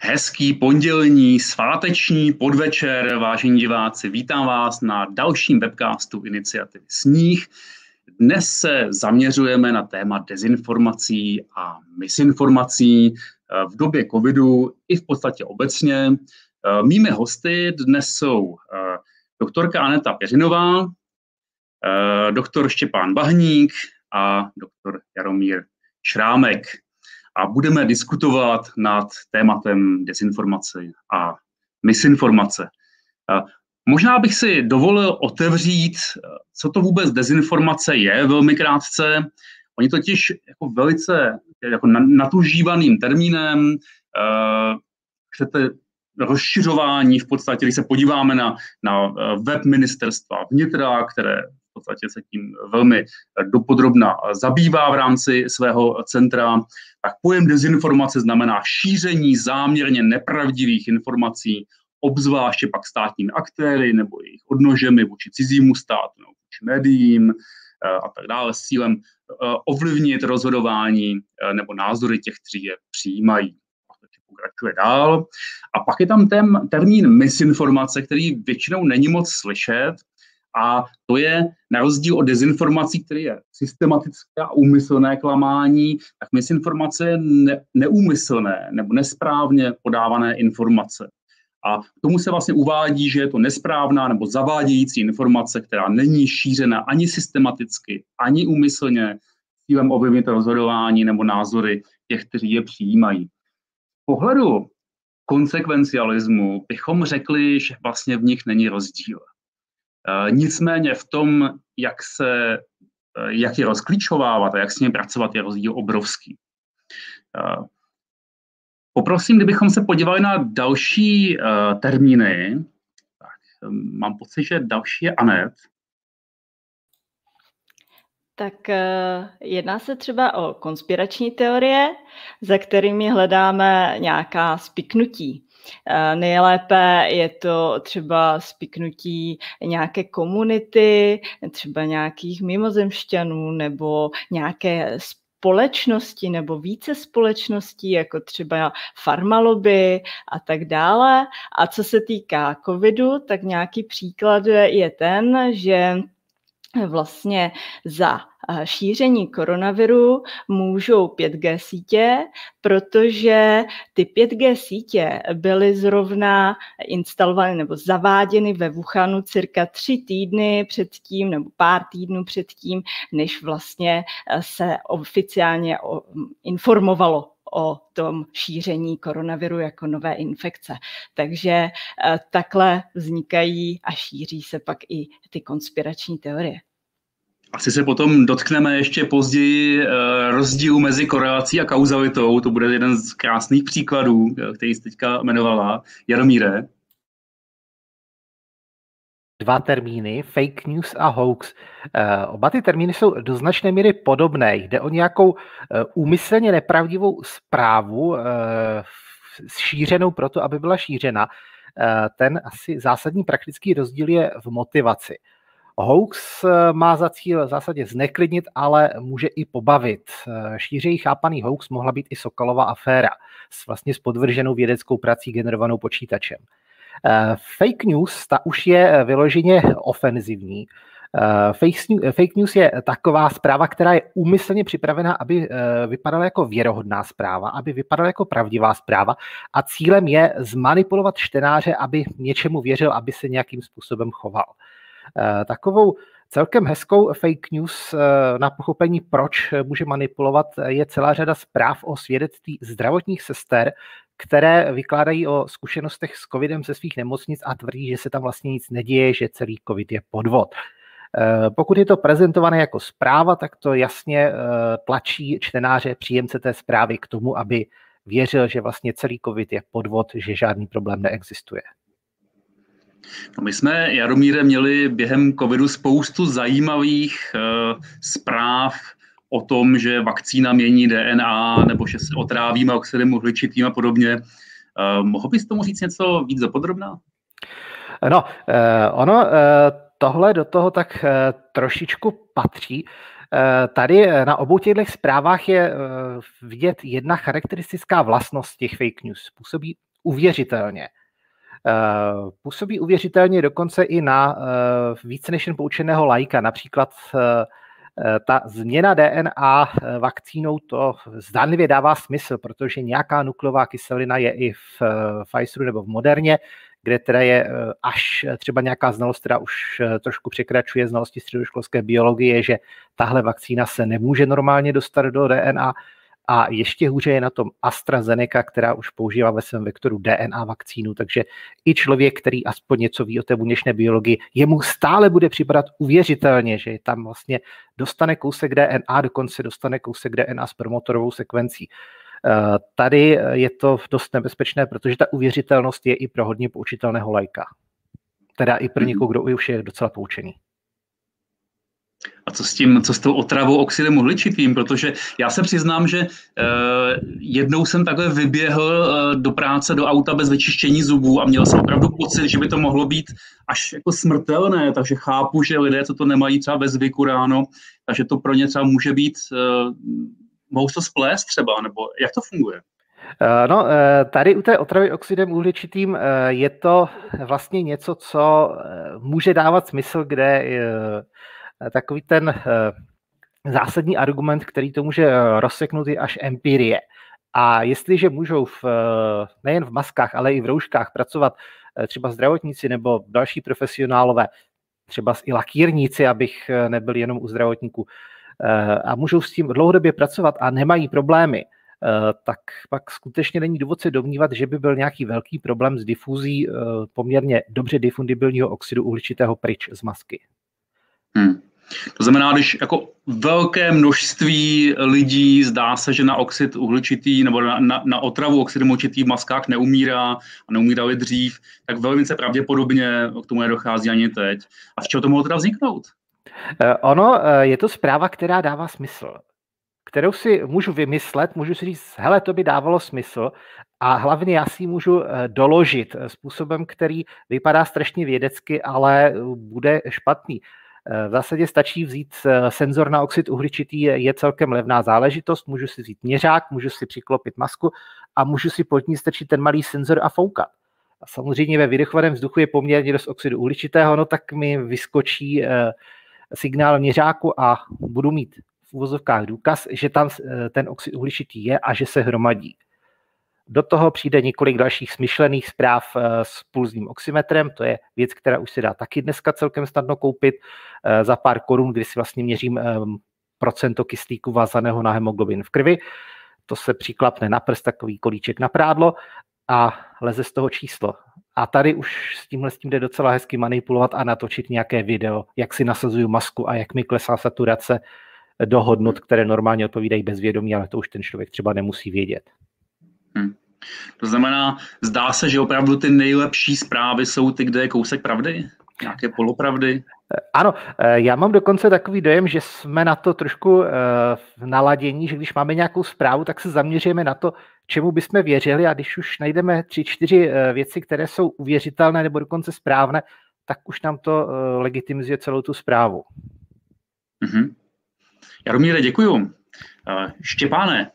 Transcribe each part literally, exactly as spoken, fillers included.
Hezký pondělní, sváteční podvečer, vážení diváci. Vítám vás na dalším webcastu iniciativy Sníh. Dnes se zaměřujeme na téma dezinformací a misinformací v době covidu i v podstatě obecně. Mými hosty dnes jsou doktorka Aneta Peřinová, doktor Štěpán Bahník a doktor Jaromír Šrámek. A budeme diskutovat nad tématem dezinformace a misinformace. Možná bych si dovolil otevřít, co to vůbec dezinformace je, velmi krátce. Oni totiž jako velice jako natužívaným termínem chcete rozšiřování v podstatě, když se podíváme na, na web ministerstva vnitra, které v podstatě se tím velmi dopodrobna zabývá v rámci svého centra, tak pojem dezinformace znamená šíření záměrně nepravdivých informací, obzvláště pak státními aktéry nebo jejich odnožemi vůči cizímu státu nebo vůči médiím a tak dále s cílem ovlivnit rozhodování nebo názory těch, kteří je přijímají. Pokračuje dál. A pak je tam ten termín misinformace, který většinou není moc slyšet, a to je na rozdíl od dezinformací, který je systematické a úmyslné klamání, tak misinformace je ne, neúmyslné nebo nesprávně podávané informace. A k tomu se vlastně uvádí, že je to nesprávná nebo zavádějící informace, která není šířena ani systematicky, ani úmyslně s cílem ovlivnit rozhodování nebo názory těch, kteří je přijímají. Z pohledu konsekvencialismu bychom řekli, že vlastně v nich není rozdíl. Nicméně v tom, jak, se, jak je rozklíčovávat a jak s nimi pracovat, je rozdíl obrovský. Poprosím, kdybychom se podívali na další termíny. Tak, mám pocit, že další je Anet. Tak jedná se třeba o konspirační teorie, za kterými hledáme nějaká spiknutí. Nejlépe je to třeba spiknutí nějaké komunity, třeba nějakých mimozemšťanů nebo nějaké společnosti nebo více společností, jako třeba farmalobby a tak dále. A co se týká covidu, tak nějaký příklad je ten, že vlastně za šíření koronaviru můžou pět G sítě, protože ty pět G sítě byly zrovna instalovány nebo zaváděny ve Wuhanu cirka tři týdny předtím nebo pár týdnů předtím, než vlastně se oficiálně informovalo o tom šíření koronaviru jako nové infekce. Takže takhle vznikají a šíří se pak i ty konspirační teorie. Asi se potom dotkneme ještě později rozdílu mezi korelací a kauzalitou. To bude jeden z krásných příkladů, který jsi teďka jmenovala. Jaromíre. Dva termíny, fake news a hoax. Oba ty termíny jsou do značné míry podobné. Jde o nějakou úmyslně nepravdivou zprávu šířenou proto, aby byla šířena. Ten asi zásadní praktický rozdíl je v motivaci. Hoax má za cíl v zásadě zneklidnit, ale může i pobavit. Šířeji chápaný hoax mohla být i Sokolova aféra s vlastně s podvrženou vědeckou prací generovanou počítačem. Fake news, ta už je vyloženě ofenzivní. Fake news je taková zpráva, která je úmyslně připravena, aby vypadala jako věrohodná zpráva, aby vypadala jako pravdivá zpráva a cílem je zmanipulovat čtenáře, aby něčemu věřil, aby se nějakým způsobem choval. Takovou celkem hezkou fake news na pochopení, proč může manipulovat, je celá řada zpráv o svědectví zdravotních sester, které vykládají o zkušenostech s covidem ze svých nemocnic a tvrdí, že se tam vlastně nic neděje, že celý covid je podvod. Pokud je to prezentované jako zpráva, tak to jasně tlačí čtenáře, příjemce té zprávy k tomu, aby věřil, že vlastně celý covid je podvod, že žádný problém neexistuje. No, my jsme, Jaromíre, měli během covidu spoustu zajímavých uh, zpráv o tom, že vakcína mění D N A nebo že se otrávíme oxidem uhličitým a podobně. Uh, mohl bys tomu říct něco víc dopodrobná? No, uh, ono, uh, tohle do toho tak uh, trošičku patří. Tady na obou těchto zprávách je vidět jedna charakteristická vlastnost těch fake news. Působí uvěřitelně. Působí uvěřitelně dokonce i na více než jen poučeného laika. Například ta změna D N A vakcínou to zdánlivě dává smysl, protože nějaká nukleová kyselina je i v Pfizeru nebo v Moderně, kde teda je až třeba nějaká znalost, která už trošku překračuje znalosti středoškolské biologie, že tahle vakcína se nemůže normálně dostat do D N A. A ještě hůře je na tom AstraZeneca, která už používá ve svém vektoru D N A vakcínu, takže i člověk, který aspoň něco ví o té buněčné biologii, jemu stále bude připadat uvěřitelně, že tam vlastně dostane kousek D N A, dokonce dostane kousek D N A s promotorovou sekvencí. Tady je to dost nebezpečné, protože ta uvěřitelnost je i pro hodně poučitelného laika. Teda i pro někoho, kdo už je docela poučený. A co s tím, co s tou otravou oxidem uhličitým, protože já se přiznám, že eh, jednou jsem takhle vyběhl eh, do práce, do auta bez vyčištění zubů a měl jsem opravdu pocit, že by to mohlo být až jako smrtelné, takže chápu, že lidé, co to nemají třeba ve zvyku ráno, takže to pro ně třeba může být, eh, mohou to splést třeba, nebo jak to funguje? No, tady u té otravy oxidem uhličitým je to vlastně něco, co může dávat smysl, kde takový ten zásadní argument, který to může rozseknout, je až empirie. A jestliže můžou v, nejen v maskách, ale i v rouškách pracovat třeba zdravotníci nebo další profesionálové, třeba i lakírníci, abych nebyl jenom u zdravotníků, a můžou s tím dlouhodobě pracovat a nemají problémy, tak pak skutečně není důvod se domnívat, že by byl nějaký velký problém s difuzí poměrně dobře difundibilního oxidu uhličitého pryč z masky. Hmm. To znamená, když jako velké množství lidí zdá se, že na oxid uhličitý nebo na, na, na otravu oxidem uhličitý v maskách neumírá a neumírali dřív, tak velmi pravděpodobně k tomu nedochází ani teď. A z čeho to mohlo teda vzniknout? Ono je to zpráva, která dává smysl, kterou si můžu vymyslet, můžu si říct, hele, to by dávalo smysl a hlavně já si ji můžu doložit způsobem, který vypadá strašně vědecky, ale bude špatný. V zásadě stačí vzít senzor na oxid uhličitý, je celkem levná záležitost, můžu si vzít měřák, můžu si přiklopit masku a můžu si pod ní strčit ten malý senzor a foukat. A samozřejmě ve vydechovaném vzduchu je poměrně dost oxidu uhličitého, no tak mi vyskočí signál měřáku a budu mít v uvozovkách důkaz, že tam ten oxid uhličitý je a že se hromadí. Do toho přijde několik dalších smyšlených zpráv s pulzním oximetrem, to je věc, která už se dá taky dneska celkem snadno koupit za pár korun, kdy si vlastně měřím procento kyslíku vázaného na hemoglobin v krvi. To se přiklapne na prst, takový kolíček na prádlo a leze z toho číslo. A tady už s tímhle s tím jde docela hezky manipulovat a natočit nějaké video, jak si nasazuju masku a jak mi klesá saturace do hodnot, které normálně odpovídají bezvědomí, ale to už ten člověk třeba nemusí vědět. Hmm. To znamená, zdá se, že opravdu ty nejlepší zprávy jsou ty, kde je kousek pravdy? Nějaké polopravdy? Ano, já mám dokonce takový dojem, že jsme na to trošku v naladění, že když máme nějakou zprávu, tak se zaměříme na to, čemu bychom věřili a když už najdeme tři, čtyři věci, které jsou uvěřitelné nebo dokonce správné, tak už nám to legitimizuje celou tu zprávu. Mm-hmm. Jaromíre, děkuju. Štěpáne.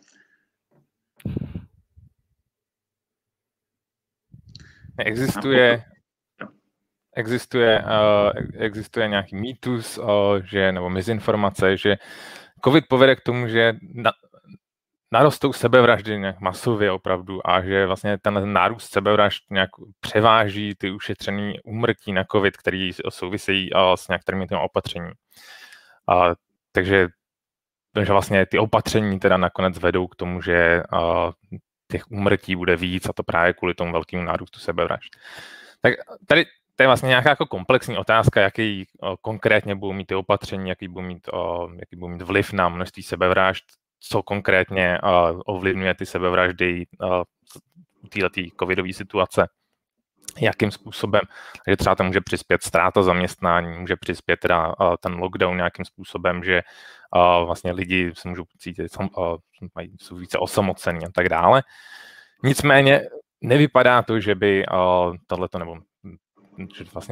Existuje, existuje, uh, existuje nějaký mýtus, uh, že, nebo mizinformace, že COVID povede k tomu, že na, narostou sebevraždy nějak masově opravdu a že vlastně ten nárůst sebevražd nějak převáží ty ušetřený úmrtí na COVID, který souvisejí uh, s některými těmi opatřeními. Uh, takže, takže vlastně ty opatření teda nakonec vedou k tomu, že uh, těch úmrtí bude víc a to právě kvůli tomu velkému nárůstu sebevražd. Tak tady to je vlastně nějaká jako komplexní otázka, jaký o, konkrétně budou mít ty opatření, jaký budou mít, o, jaký budou mít vliv na množství sebevražd, co konkrétně o, ovlivňuje ty sebevraždy u této covidové situace, jakým způsobem, že třeba to může přispět ztráta zaměstnání, může přispět teda o, ten lockdown nějakým způsobem, že o, vlastně lidi se můžou cítit, o, jsou více osamocení a tak dále. Nicméně nevypadá to, že by tohleto nebo že vlastně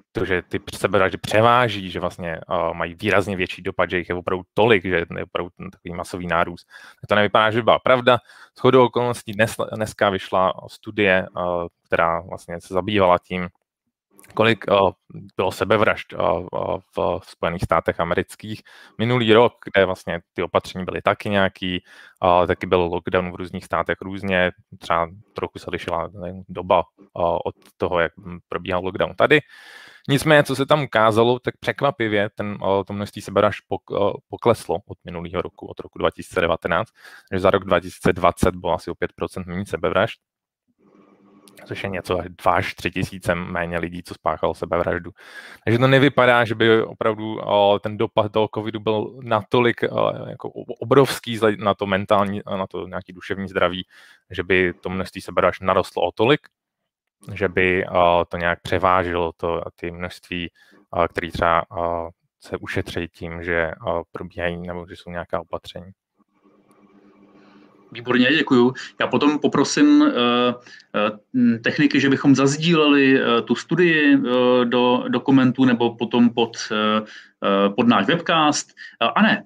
to, že ty sebevraždy převáží, že vlastně uh, mají výrazně větší dopad, že jich je opravdu tolik, že je opravdu takový masový nárůst. To nevypadá, že by byla pravda. Shodou okolností dnes, dneska vyšla studie, uh, která vlastně se zabývala tím, kolik uh, bylo sebevražd uh, v Spojených státech amerických. Minulý rok, kde vlastně ty opatření byly taky nějaký, uh, taky byl lockdown v různých státech různě, třeba trochu se lišila nevím, doba uh, od toho, jak probíhal lockdown tady. Nicméně, co se tam ukázalo, tak překvapivě ten, uh, to množství sebevražd pok, uh, pokleslo od minulého roku, od roku dva tisíce devatenáct, že za rok dva tisíce dvacet bylo asi o pět procent méně sebevražd, což je něco dva až tři tisíce méně lidí, co spáchalo sebevraždu. Takže to nevypadá, že by opravdu o, ten dopad toho covidu byl natolik o, jako obrovský na to mentální, na to nějaký duševní zdraví, že by to množství sebevražd narostlo o tolik, že by o, to nějak převážilo to, ty množství, o, které třeba o, se ušetří tím, že o, probíhají nebo že jsou nějaká opatření. Výborně, děkuju. Já potom poprosím uh, uh, techniky, že bychom zazdíleli uh, tu studii uh, do, do komentů nebo potom pod, uh, uh, pod náš webcast. Uh, Anet.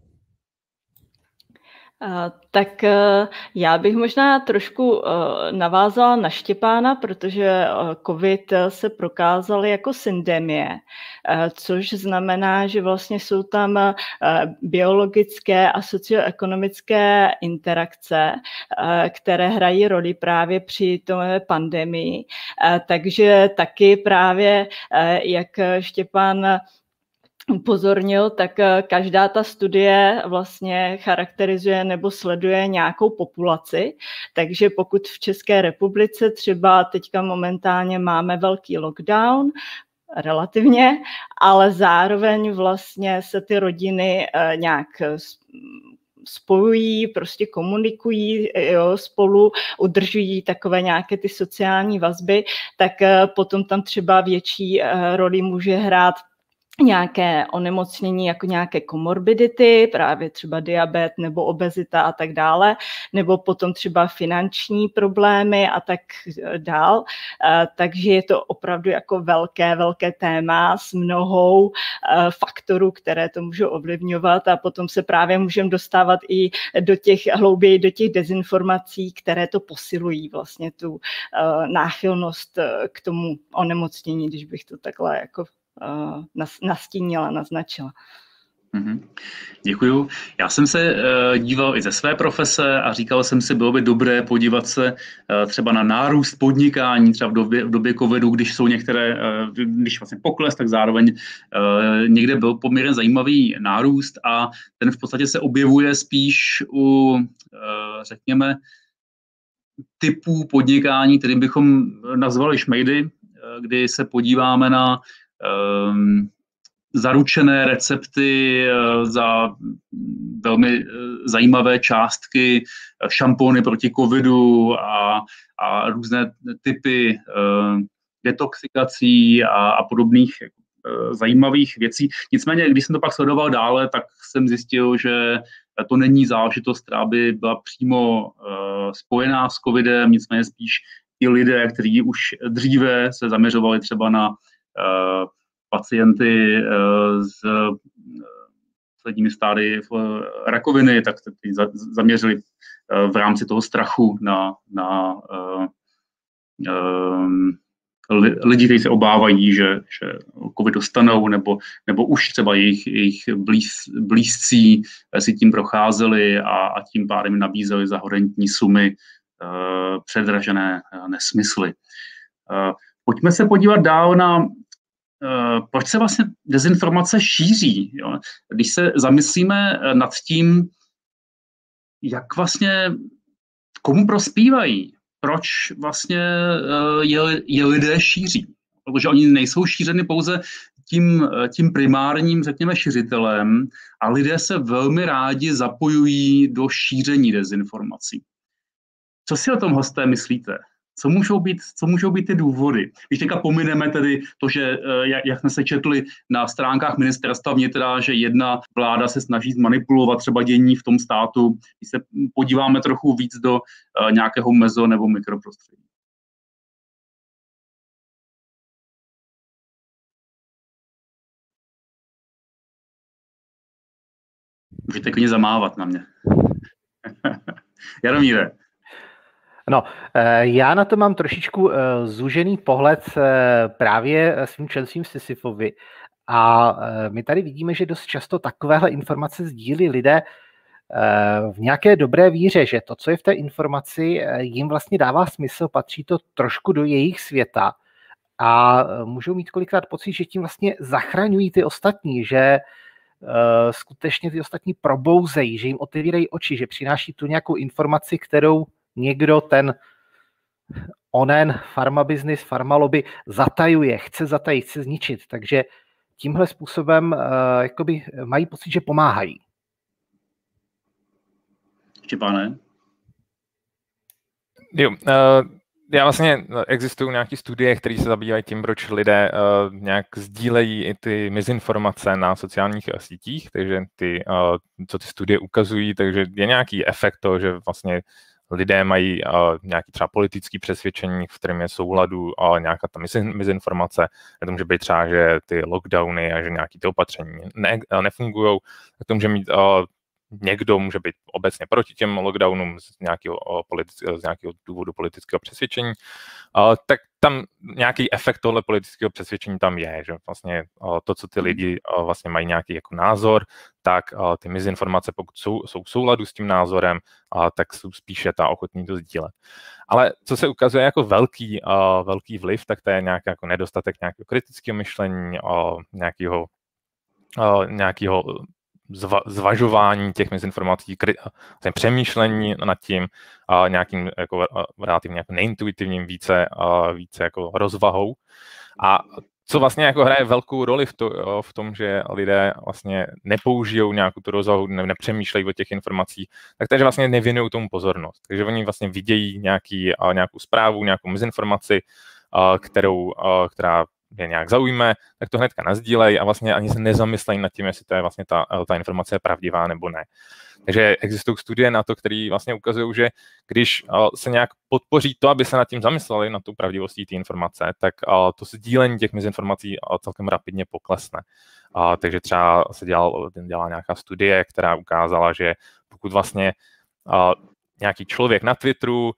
Tak já bych možná trošku navázala na Štěpána, protože COVID se prokázal jako syndemie, což znamená, že vlastně jsou tam biologické a socioekonomické interakce, které hrají roli právě při té pandemii. Takže taky právě, jak Štěpán upozornil, tak každá ta studie vlastně charakterizuje nebo sleduje nějakou populaci, takže pokud v České republice třeba teďka momentálně máme velký lockdown, relativně, ale zároveň vlastně se ty rodiny nějak spojují, prostě komunikují jo, spolu, udržují takové nějaké ty sociální vazby, tak potom tam třeba větší roli může hrát nějaké onemocnění jako nějaké komorbidity, právě třeba diabet nebo obezita a tak dále, nebo potom třeba finanční problémy a tak dál. Takže je to opravdu jako velké, velké téma s mnohou faktorů, které to můžou ovlivňovat a potom se právě můžeme dostávat i do těch hlouběji, do těch dezinformací, které to posilují vlastně tu náchylnost k tomu onemocnění, když bych to takhle jako nastínila, naznačila. Mm-hmm. Děkuju. Já jsem se uh, díval i ze své profese a říkal jsem si, bylo by dobré podívat se uh, třeba na nárůst podnikání, třeba v době, v době covidu, když jsou některé, uh, když vlastně pokles, tak zároveň uh, někde byl poměrně zajímavý nárůst a ten v podstatě se objevuje spíš u, uh, řekněme, typů podnikání, kterým bychom nazvali šmejdy, uh, kdy se podíváme na um, zaručené recepty za velmi zajímavé částky, šampony proti covidu a, a různé typy detoxikací a, a podobných zajímavých věcí. Nicméně, když jsem to pak sledoval dále, tak jsem zjistil, že to není záležitost, která by byla přímo spojená s covidem, nicméně spíš ti lidé, kteří už dříve se zaměřovali třeba na pacienty s posledními stádii rakoviny, tak se zaměřili v rámci toho strachu na, na lidi, kteří se obávají, že, že covid dostanou, nebo, nebo už třeba jejich, jejich blíz, blízcí si tím procházeli a, a tím pádem nabízeli za horentní sumy předražené nesmysly. Pojďme se podívat dál na proč se vlastně dezinformace šíří. Jo? Když se zamyslíme nad tím, jak vlastně, komu prospívají, proč vlastně je, je lidé šíří. Protože oni nejsou šířeny pouze tím, tím primárním, řekněme, šiřitelem, a lidé se velmi rádi zapojují do šíření dezinformací. Co si o tom, hosté, myslíte? Co můžou být, co můžou být ty důvody? Když teďka pomineme tedy to, že jak, jak jsme se četli na stránkách ministerstva vnitra, že jedna vláda se snaží zmanipulovat třeba dění v tom státu, když se podíváme trochu víc do uh, nějakého mezo- nebo mikroprostředí. Můžete klidně zamávat na mě. Jaromíre. No, já na to mám trošičku zúžený pohled právě svým členstvím v Sisyfovi. A my tady vidíme, že dost často takovéhle informace sdílí lidé v nějaké dobré víře, že to, co je v té informaci, jim vlastně dává smysl, patří to trošku do jejich světa a můžou mít kolikrát pocit, že tím vlastně zachraňují ty ostatní, že skutečně ty ostatní probouzejí, že jim otevírají oči, že přináší tu nějakou informaci, kterou někdo ten onen farmabiznis, farmalobby zatajuje, chce zatajit, chce zničit. Takže tímhle způsobem uh, jakoby mají pocit, že pomáhají. Štěpáne? Jo, uh, já vlastně existují nějaké studie, které se zabývají tím, proč lidé uh, nějak sdílejí i ty mizinformace na sociálních sítích, takže ty, uh, co ty studie ukazují, takže je nějaký efekt toho, že vlastně lidé mají uh, nějaký třeba politický přesvědčení, v kterém je souladu uh, nějaká ta mizinformace. To může být třeba, že ty lockdowny a že nějaké ty opatření ne, nefungují. Tak to může mít uh, někdo může být obecně proti těm lockdownům z nějakého, uh, politi- z nějakého důvodu politického přesvědčení. Uh, tak tam nějaký efekt tohle politického přesvědčení tam je, že vlastně uh, to, co ty lidi uh, vlastně mají nějaký jako názor, tak uh, ty mizinformace, pokud jsou, jsou v souladu s tím názorem, uh, tak jsou spíše ta ochotní to sdílet. Ale co se ukazuje jako velký, uh, velký vliv, tak to je nějaký jako nedostatek nějakého kritického myšlení, uh, nějakého, uh, nějakého zva, zvažování těch mizinformací, kri, uh, přemýšlení nad tím, uh, nějakým jako, uh, relativně jako neintuitivním více, uh, více jako rozvahou. A co vlastně jako hraje velkou roli v, to, v tom, že lidé vlastně nepoužijou nějakou tu rozvahu, ne, nepřemýšlejí o těch informacích, tak takže vlastně nevěnují tomu pozornost. Takže oni vlastně vidějí nějaký, nějakou zprávu, nějakou mizinformaci, kterou, která je nějak zaujme, tak to hnedka nasdílejí a vlastně ani se nezamyslejí nad tím, jestli to je vlastně ta, ta informace je pravdivá nebo ne. Takže existují studie na to, které vlastně ukazují, že když se nějak podpoří to, aby se nad tím zamysleli, na tu pravdivostí té informace, tak to sdílení těch mizinformací celkem rapidně poklesne. Takže třeba se dělal, dělala nějaká studie, která ukázala, že pokud vlastně nějaký člověk na Twitteru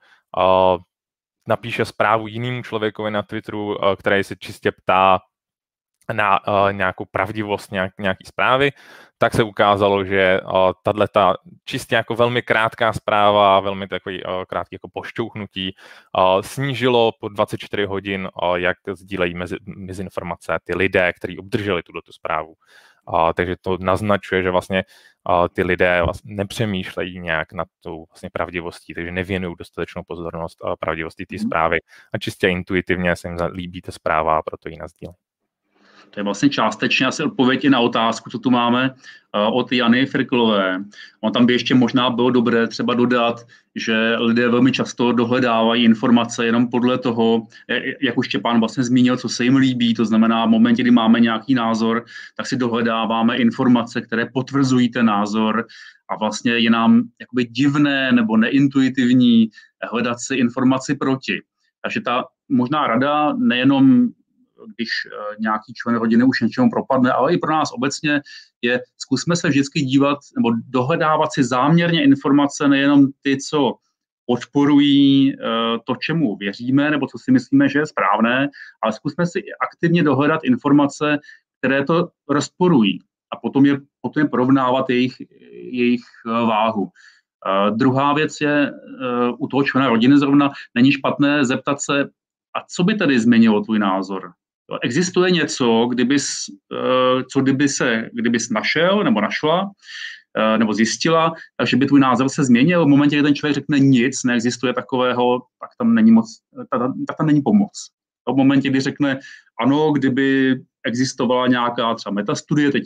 napíše zprávu jinému člověkovi na Twitteru, který se čistě ptá na uh, nějakou pravdivost nějak, nějaký zprávy, tak se ukázalo, že uh, tato čistě jako velmi krátká zpráva, velmi takový uh, krátký jako pošťouchnutí uh, snížilo po dvacet čtyři hodin, uh, jak sdílejí mezi, mizinformace ty lidé, kteří obdrželi tuto zprávu. Uh, takže to naznačuje, že vlastně uh, ty lidé vlastně nepřemýšlejí nějak nad tou vlastně pravdivostí, takže nevěnují dostatečnou pozornost uh, pravdivosti té zprávy a čistě intuitivně se jim líbí ta zpráva a proto ji nasdílejí. To je vlastně částečně asi odpověď na otázku, co tu máme uh, od Jany Frklové. On tam by ještě možná bylo dobré třeba dodat, že lidé velmi často dohledávají informace jenom podle toho, jak už Štěpán vlastně zmínil, co se jim líbí. To znamená, v momentě, kdy máme nějaký názor, tak si dohledáváme informace, které potvrzují ten názor a vlastně je nám jakoby divné nebo neintuitivní hledat si informaci proti. Takže ta možná rada nejenom když nějaký člen rodiny už něčemu propadne, ale i pro nás obecně je, zkusme se vždycky dívat nebo dohledávat si záměrně informace, nejenom ty, co podporují to, čemu věříme, nebo co si myslíme, že je správné, ale zkusme si aktivně dohledat informace, které to rozporují a potom je, potom je porovnávat jejich, jejich váhu. Uh, druhá věc je, uh, u toho člena rodiny zrovna není špatné zeptat se, a co by tedy změnilo tvůj názor? Existuje něco, kdybys, co kdyby se, kdybys našel nebo našla, nebo zjistila, že by tvůj názor se změnil. V momentě, kdy ten člověk řekne nic, neexistuje takového, tak tam není moc, tak tam není pomoc. V momentě, kdy řekne ano, kdyby existovala nějaká třeba metastudie, teď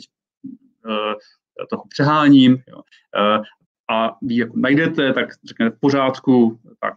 trochu přeháním, jo, a vy jako najdete, tak řekne v pořádku, tak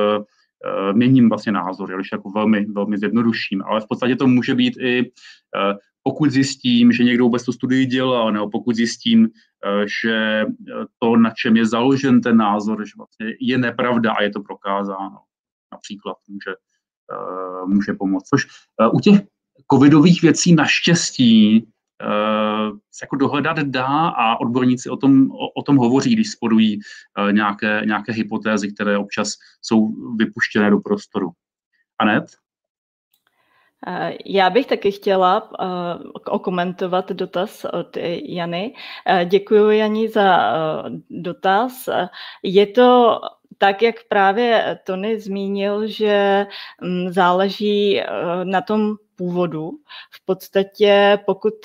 měním vlastně názor, když jako velmi, velmi zjednoduším, ale v podstatě to může být i, pokud zjistím, že někdo vůbec tu studii dělal, nebo pokud zjistím, že to, na čem je založen ten názor, že vlastně je nepravda a je to prokázáno. Například může, může pomoct. Což u těch covidových věcí naštěstí se jako dohledat dá a odborníci o tom, o, o tom hovoří, když sporují nějaké, nějaké hypotézy, které občas jsou vypuštěné do prostoru. Anet? Já bych taky chtěla okomentovat dotaz od Jany. Děkuji, Jani, za dotaz. Je to tak, jak právě Tony zmínil, že záleží na tom původu. V podstatě, pokud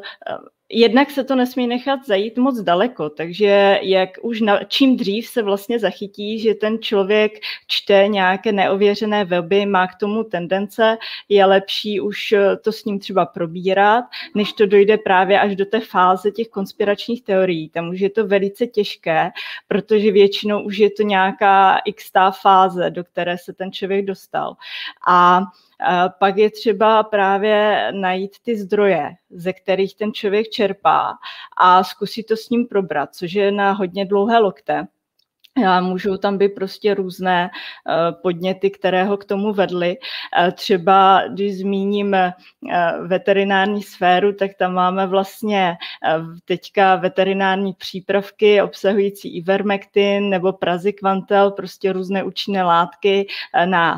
jednak se to nesmí nechat zajít moc daleko, takže jak už na, čím dřív se vlastně zachytí, že ten člověk čte nějaké neověřené weby, má k tomu tendence, je lepší už to s ním třeba probírat, než to dojde právě až do té fáze těch konspiračních teorií. Tam už je to velice těžké, protože většinou už je to nějaká xtá fáze, do které se ten člověk dostal. A pak je třeba právě najít ty zdroje, ze kterých ten člověk čerpá a zkusit to s ním probrat, což je na hodně dlouhé lokte. A můžou tam být prostě různé podněty, které ho k tomu vedly. Třeba, když zmíním veterinární sféru, tak tam máme vlastně teďka veterinární přípravky obsahující ivermectin nebo praziquantel, prostě různé účinné látky na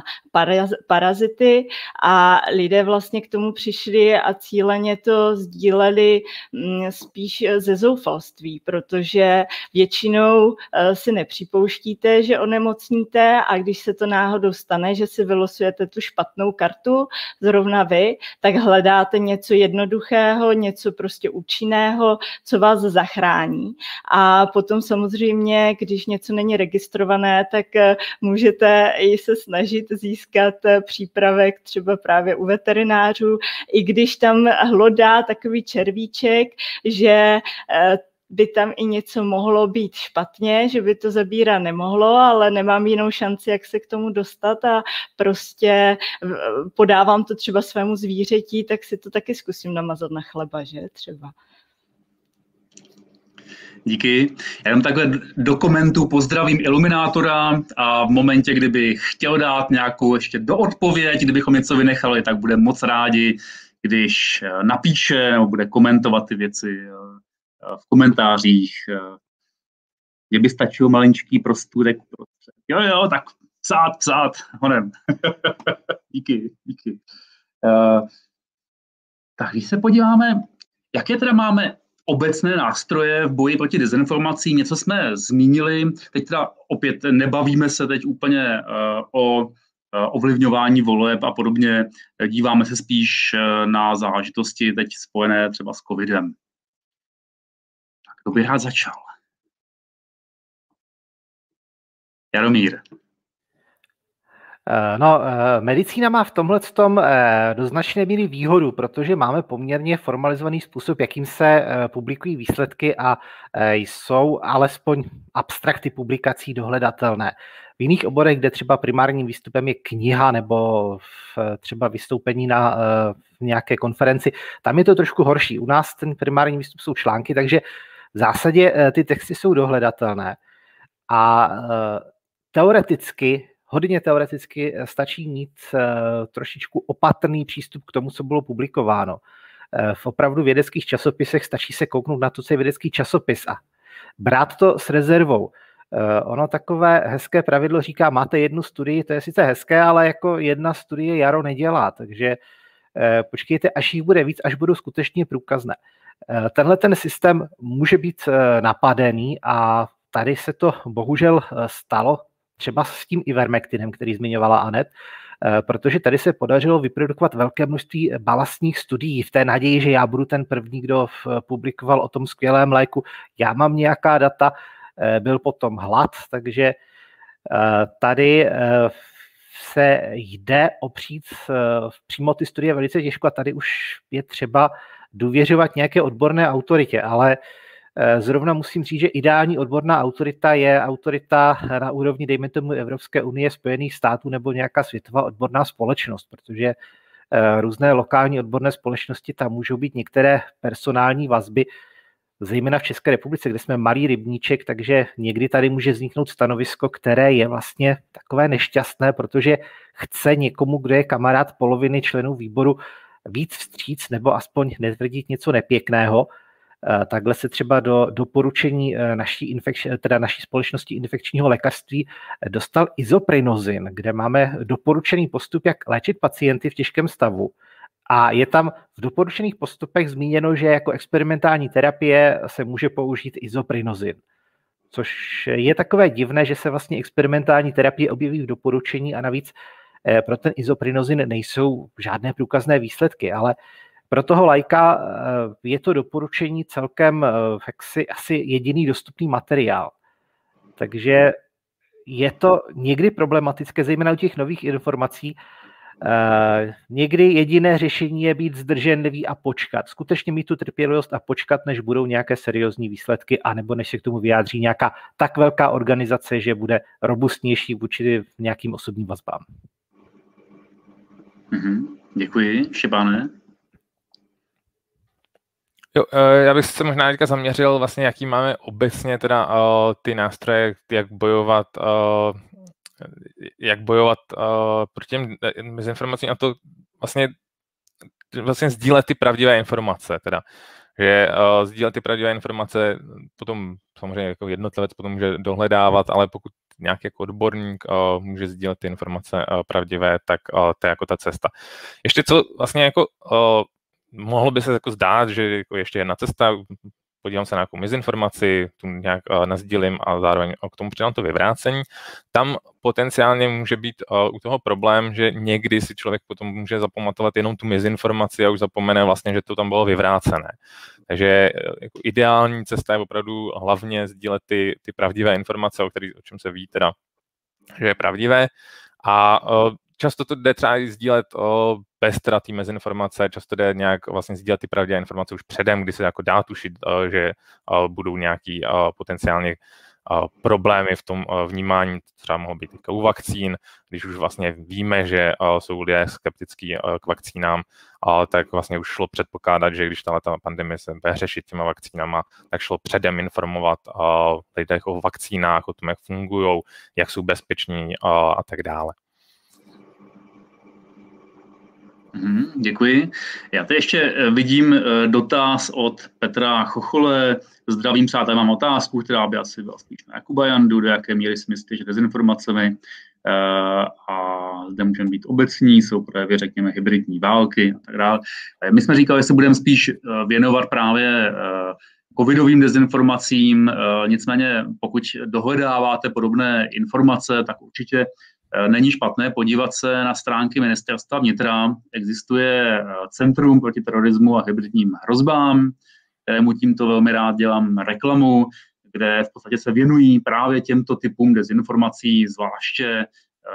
parazity a lidé vlastně k tomu přišli a cíleně to sdíleli spíš ze zoufalství, protože většinou si nepřipouští, Připouštíte, že onemocníte a když se to náhodou stane, že si vylosujete tu špatnou kartu, zrovna vy, tak hledáte něco jednoduchého, něco prostě účinného, co vás zachrání. A potom samozřejmě, když něco není registrované, tak můžete i se snažit získat přípravek třeba právě u veterinářů, i když tam hlodá takový červíček, že by tam i něco mohlo být špatně, že by to zabírat nemohlo, ale nemám jinou šanci, jak se k tomu dostat a prostě podávám to třeba svému zvířeti, tak si to taky zkusím namazat na chleba, že třeba. Díky. Já jenom takhle do komentu pozdravím iluminátora a v momentě, kdyby chtěl dát nějakou ještě do odpověď, kdybychom něco vynechali, tak bude moc rádi, když napíše nebo bude komentovat ty věci v komentářích. Mně by stačil maličký prostůrek. Jo, jo, tak psát, psát, honem. díky, díky. Uh, tak když se podíváme, jaké teda máme obecné nástroje v boji proti dezinformacím, něco jsme zmínili, teď teda opět nebavíme se teď úplně uh, o uh, ovlivňování voleb a podobně, díváme se spíš uh, na záležitosti teď spojené třeba s covidem. Kdo by rád začal? Jaromír. No, medicína má v tomhletom do značné míry výhodu, protože máme poměrně formalizovaný způsob, jakým se publikují výsledky a jsou alespoň abstrakty publikací dohledatelné. V jiných oborech, kde třeba primárním výstupem je kniha nebo třeba vystoupení na nějaké konferenci, tam je to trošku horší. U nás ten primární výstup jsou články, takže v zásadě ty texty jsou dohledatelné a teoreticky, hodně teoreticky stačí mít trošičku opatrný přístup k tomu, co bylo publikováno. V opravdu vědeckých časopisech stačí se kouknout na to, co je vědecký časopis a brát to s rezervou. Ono takové hezké pravidlo říká, máte jednu studii, to je sice hezké, ale jako jedna studie jaro nedělá, takže počkejte, až jich bude víc, až budou skutečně průkazné. Tenhle ten systém může být napadený a tady se to bohužel stalo třeba s tím ivermectinem, který zmiňovala Anet, protože tady se podařilo vyprodukovat velké množství balastních studií v té naději, že já budu ten první, kdo publikoval o tom skvělém léku. Já mám nějaká data, byl potom hlad, takže tady se jde opřít přímo ty studie velice těžko a tady už je třeba důvěřovat nějaké odborné autoritě, ale zrovna musím říct, že ideální odborná autorita je autorita na úrovni, dejme tomu, Evropské unie, Spojených států nebo nějaká světová odborná společnost, protože různé lokální odborné společnosti, tam můžou být některé personální vazby, zejména v České republice, kde jsme malý rybníček, takže někdy tady může vzniknout stanovisko, které je vlastně takové nešťastné, protože chce někomu, kdo je kamarád poloviny členů výboru, víc vstříc nebo aspoň netvrdit něco nepěkného, takhle se třeba do doporučení naší, infekč, teda naší společnosti infekčního lékařství dostal izoprinozin, kde máme doporučený postup, jak léčit pacienty v těžkém stavu. A je tam v doporučených postupech zmíněno, že jako experimentální terapie se může použít izoprinozin. Což je takové divné, že se vlastně experimentální terapie objeví v doporučení a navíc pro ten izoprinozin nejsou žádné průkazné výsledky, ale pro toho laika je to doporučení celkem jaksi, asi jediný dostupný materiál. Takže je to někdy problematické, zejména u těch nových informací. Někdy jediné řešení je být zdrženlivý a počkat. Skutečně mít tu trpělivost a počkat, než budou nějaké seriózní výsledky, anebo než se k tomu vyjádří nějaká tak velká organizace, že bude robustnější vůči nějakým osobním vazbám. Mm-hmm. Děkuji. Štěpáne? Jo, já bych se možná teďka zaměřil vlastně, jaký máme obecně teda uh, ty nástroje, jak bojovat, uh, jak bojovat uh, proti těm dezinformacím a to vlastně, vlastně sdílet ty pravdivé informace, teda, že uh, sdílet ty pravdivé informace potom samozřejmě jako jednotlivec potom může dohledávat, ale pokud nějaký jako odborník uh, může sdílet ty informace uh, pravdivé, tak uh, to je jako ta cesta. Ještě co vlastně jako uh, mohlo by se jako zdát, že jako ještě jedna cesta, podívám se na nějakou mizinformaci, tu nějak uh, nasdílím a zároveň uh, k tomu přidám to vyvrácení. Tam potenciálně může být uh, u toho problém, že někdy si člověk potom může zapamatovat jenom tu mizinformaci a už zapomene vlastně, že to tam bylo vyvrácené. Takže uh, jako ideální cesta je opravdu hlavně sdílet ty, ty pravdivé informace, o, který, o čem se ví teda, že je pravdivé. A uh, často to jde třeba i sdílet o, bez teda té mezinformace, často jde nějak vlastně sdílet ty pravdivé informace už předem, kdy se jako dá tušit, o, že o, budou nějaký o, potenciálně o, problémy v tom o, vnímání, třeba mohou být u vakcín, když už vlastně víme, že o, jsou lidé skeptický o, k vakcínám, o, tak vlastně už šlo předpokládat, že když tato pandemie se bude řešit těma vakcínama, tak šlo předem informovat o lidech o vakcínách, o tom, jak fungují, jak jsou bezpeční o, a tak dále. Děkuji. Já tady ještě vidím dotaz od Petra Chochole. Zdravím, přátelé, mám otázku, která by asi byla spíš na Jakuba Jandu, do jaké míry si myslíte, že dezinformacemi a zde můžeme být obecní, jsou projevy, řekněme, hybridní války a tak dále. My jsme říkali, že se budeme spíš věnovat právě covidovým dezinformacím, nicméně pokud dohledáváte podobné informace, tak určitě není špatné podívat se na stránky Ministerstva vnitra. Existuje Centrum proti terorismu a hybridním hrozbám, kterému tímto velmi rád dělám reklamu, kde v podstatě se věnují právě těmto typům dezinformací, zvláště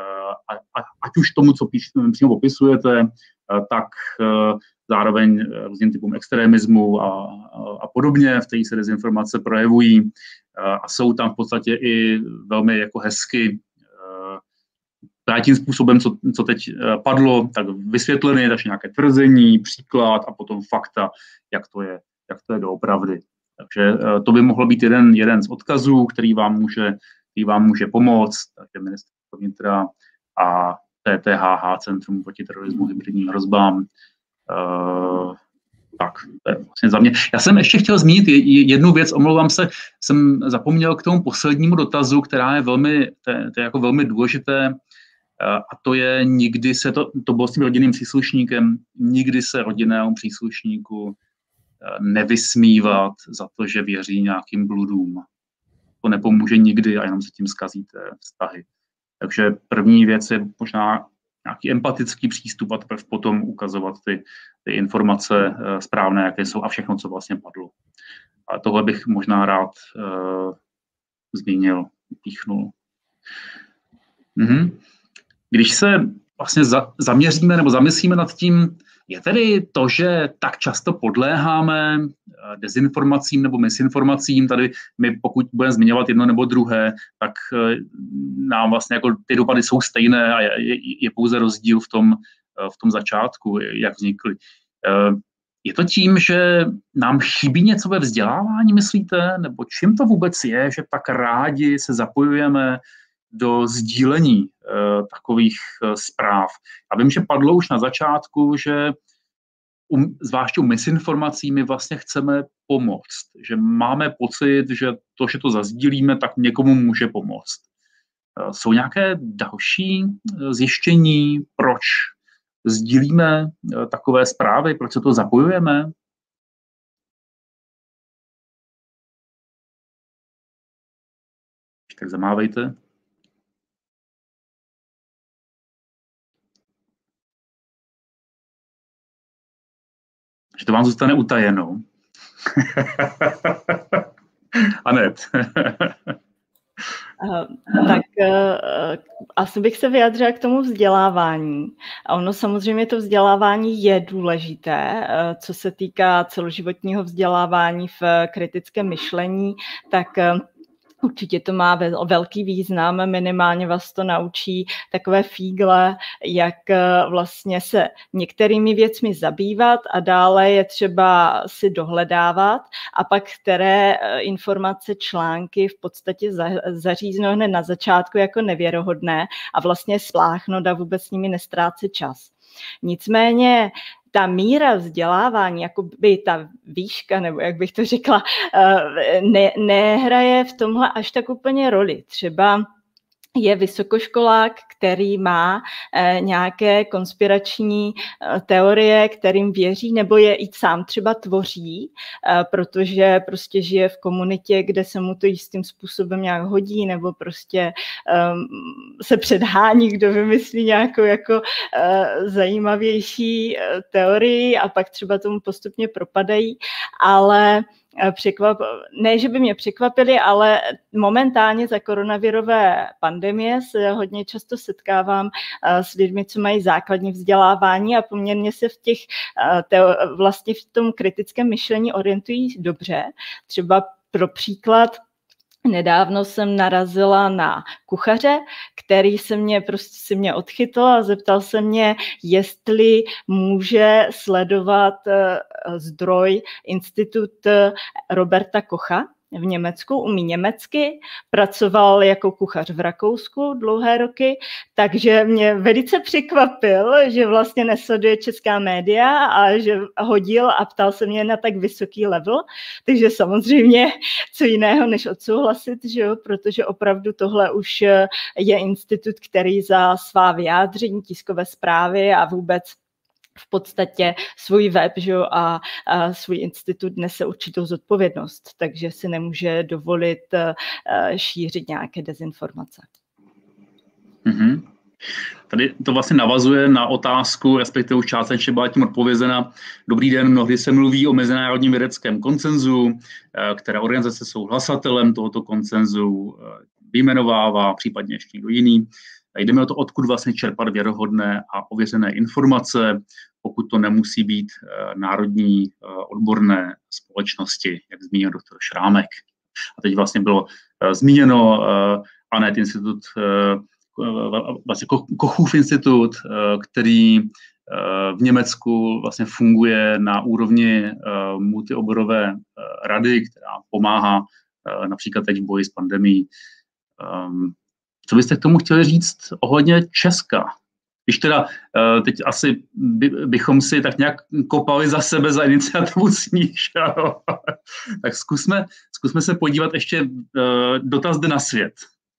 ať už tomu, co píš, přímo popisujete, tak zároveň různým typům extremismu a, a podobně, v kterých se dezinformace projevují a jsou tam v podstatě i velmi jako hezky tím způsobem, co, co teď padlo, tak vysvětlené, takže nějaké tvrzení, příklad a potom fakta, jak to je, jak to je doopravdy. Takže to by mohlo být jeden, jeden z odkazů, který vám může, který vám může pomoct, takže Ministerstvo vnitra a T T H H, Centrum proti terorismu, hybridním hrozbám. Uh, tak, to je vlastně za mě. Já jsem ještě chtěl zmínit jednu věc, omlouvám se, jsem zapomněl k tomu poslednímu dotazu, která je velmi, to je, to je jako velmi důležité, a to je, nikdy se to, to bylo s tím rodinným příslušníkem, nikdy se rodinnému příslušníku nevysmívat za to, že věří nějakým bludům. To nepomůže nikdy a jenom se tím zkazíte vztahy. Takže první věc je možná nějaký empatický přístup a teprve potom ukazovat ty, ty informace správné, jaké jsou a všechno, co vlastně padlo. A tohle bych možná rád uh, zmínil, píchnul. Mhm. Když se vlastně za, zaměříme nebo zamyslíme nad tím, je tedy to, že tak často podléháme dezinformacím nebo misinformacím, tady my pokud budeme zmiňovat jedno nebo druhé, tak nám vlastně jako ty dopady jsou stejné a je, je, je pouze rozdíl v tom, v tom začátku, jak vznikly. Je to tím, že nám chybí něco ve vzdělávání, myslíte? Nebo čím to vůbec je, že tak rádi se zapojujeme do sdílení uh, takových uh, zpráv. Já vím, že padlo už na začátku, že um, zvláště u misinformací my vlastně chceme pomoct. Že máme pocit, že to, že to zazdílíme, tak někomu může pomoct. Jsou nějaké další zjištění, proč sdílíme takové zprávy, proč se to zapojujeme? Tak zamávejte. Že to vám zůstane utajeno. Anet. Tak asi bych se vyjádřila k tomu vzdělávání. A ono samozřejmě to vzdělávání je důležité, co se týká celoživotního vzdělávání v kritickém myšlení, tak určitě to má velký význam, minimálně vás to naučí takové fígle, jak vlastně se některými věcmi zabývat a dále je třeba si dohledávat a pak které informace, články v podstatě zaříznou hned na začátku jako nevěrohodné a vlastně spláchnout a vůbec s nimi nestrácet čas. Nicméně ta míra vzdělávání, jako by ta výška, nebo jak bych to řekla, ne, nehraje v tomhle až tak úplně roli. Třeba je vysokoškolák, který má eh, nějaké konspirační eh, teorie, kterým věří, nebo je i sám třeba tvoří, eh, protože prostě žije v komunitě, kde se mu to jistým způsobem nějak hodí, nebo prostě eh, se předhání, kdo vymyslí nějakou jako eh, zajímavější eh, teorii a pak třeba tomu postupně propadají, ale Překvap... ne, že by mě překvapili, ale momentálně za koronavirové pandemie se hodně často setkávám s lidmi, co mají základní vzdělávání a poměrně se v těch teo... vlastně v tom kritickém myšlení orientují dobře. Třeba pro příklad nedávno jsem narazila na kuchaře, který se mě prostě si mě odchytl a zeptal se mě, jestli může sledovat zdroj Institut Roberta Kocha v Německu, umí německy, pracoval jako kuchař v Rakousku dlouhé roky, takže mě velice překvapil, že vlastně nesleduje česká média a že hodil a ptal se mě na tak vysoký level, takže samozřejmě co jiného než odsouhlasit, že jo, protože opravdu tohle už je institut, který za svá vyjádření, tiskové zprávy a vůbec v podstatě svůj web, že jo, a, a svůj institut nese určitou zodpovědnost, takže si nemůže dovolit uh, šířit nějaké dezinformace. Mm-hmm. Tady to vlastně navazuje na otázku, respektive už částečně byla tím odpovězena. Dobrý den, mnohdy se mluví o mezinárodním vědeckém konsenzu, které organizace jsou hlasatelem tohoto konsenzu, vyjmenovává případně ještě někdo jiný. Jdeme o to, odkud vlastně čerpat věrohodné a ověřené informace, pokud to nemusí být národní odborné společnosti, jak zmínil doktor Šrámek. A teď vlastně bylo zmíněno Anet institut, vlastně Kochův institut, který v Německu vlastně funguje na úrovni multioborové rady, která pomáhá například teď v boji s pandemií. Co byste k tomu chtěli říct ohledně Česka? Když teda teď asi by, bychom si tak nějak kopali za sebe za iniciativu Sníh, tak zkusme, zkusme se podívat ještě dotaz jde na svět.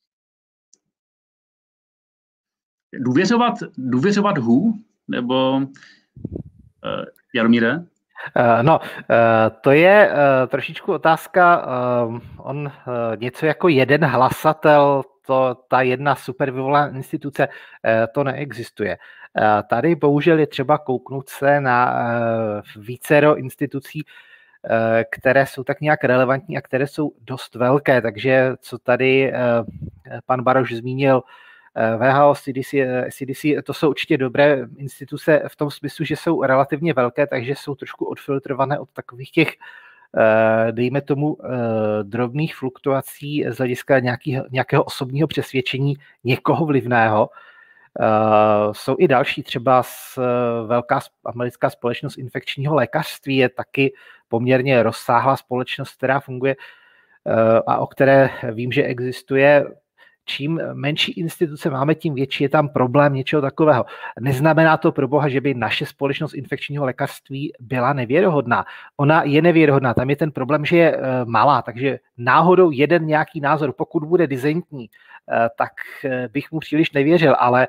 Důvěřovat, důvěřovat H U? Nebo uh, Jaromíre? Uh, no, uh, to je uh, trošičku otázka. Uh, on uh, něco jako jeden hlasatel, to, ta jedna super vyvolaná instituce, uh, to neexistuje. Uh, tady bohužel je třeba kouknout se na uh, vícero institucí, uh, které jsou tak nějak relevantní a které jsou dost velké. Takže co tady uh, pan Baroš zmínil, W H O, C D C, C D C, to jsou určitě dobré instituce v tom smyslu, že jsou relativně velké, takže jsou trošku odfiltrované od takových těch, dejme tomu, drobných fluktuací z hlediska nějakého, nějakého osobního přesvědčení někoho vlivného. Jsou i další, třeba velká americká společnost infekčního lékařství je taky poměrně rozsáhlá společnost, která funguje a o které vím, že existuje. čím menší instituce máme, tím větší je tam problém něčeho takového. Neznamená to pro boha, že by naše společnost infekčního lékařství byla nevěrohodná. Ona je nevěrohodná, tam je ten problém, že je malá, takže náhodou jeden nějaký názor, pokud bude dizentní, tak bych mu příliš nevěřil, ale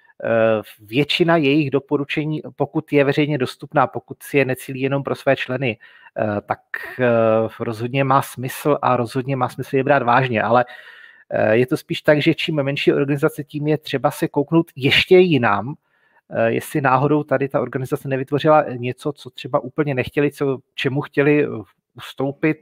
většina jejich doporučení, pokud je veřejně dostupná, pokud si je necílí jenom pro své členy, tak rozhodně má smysl a rozhodně má smysl je brát vážně, ale je to spíš tak, že čím menší organizace, tím je třeba se kouknout ještě jinam, jestli náhodou tady ta organizace nevytvořila něco, co třeba úplně nechtěli, co, čemu chtěli ustoupit,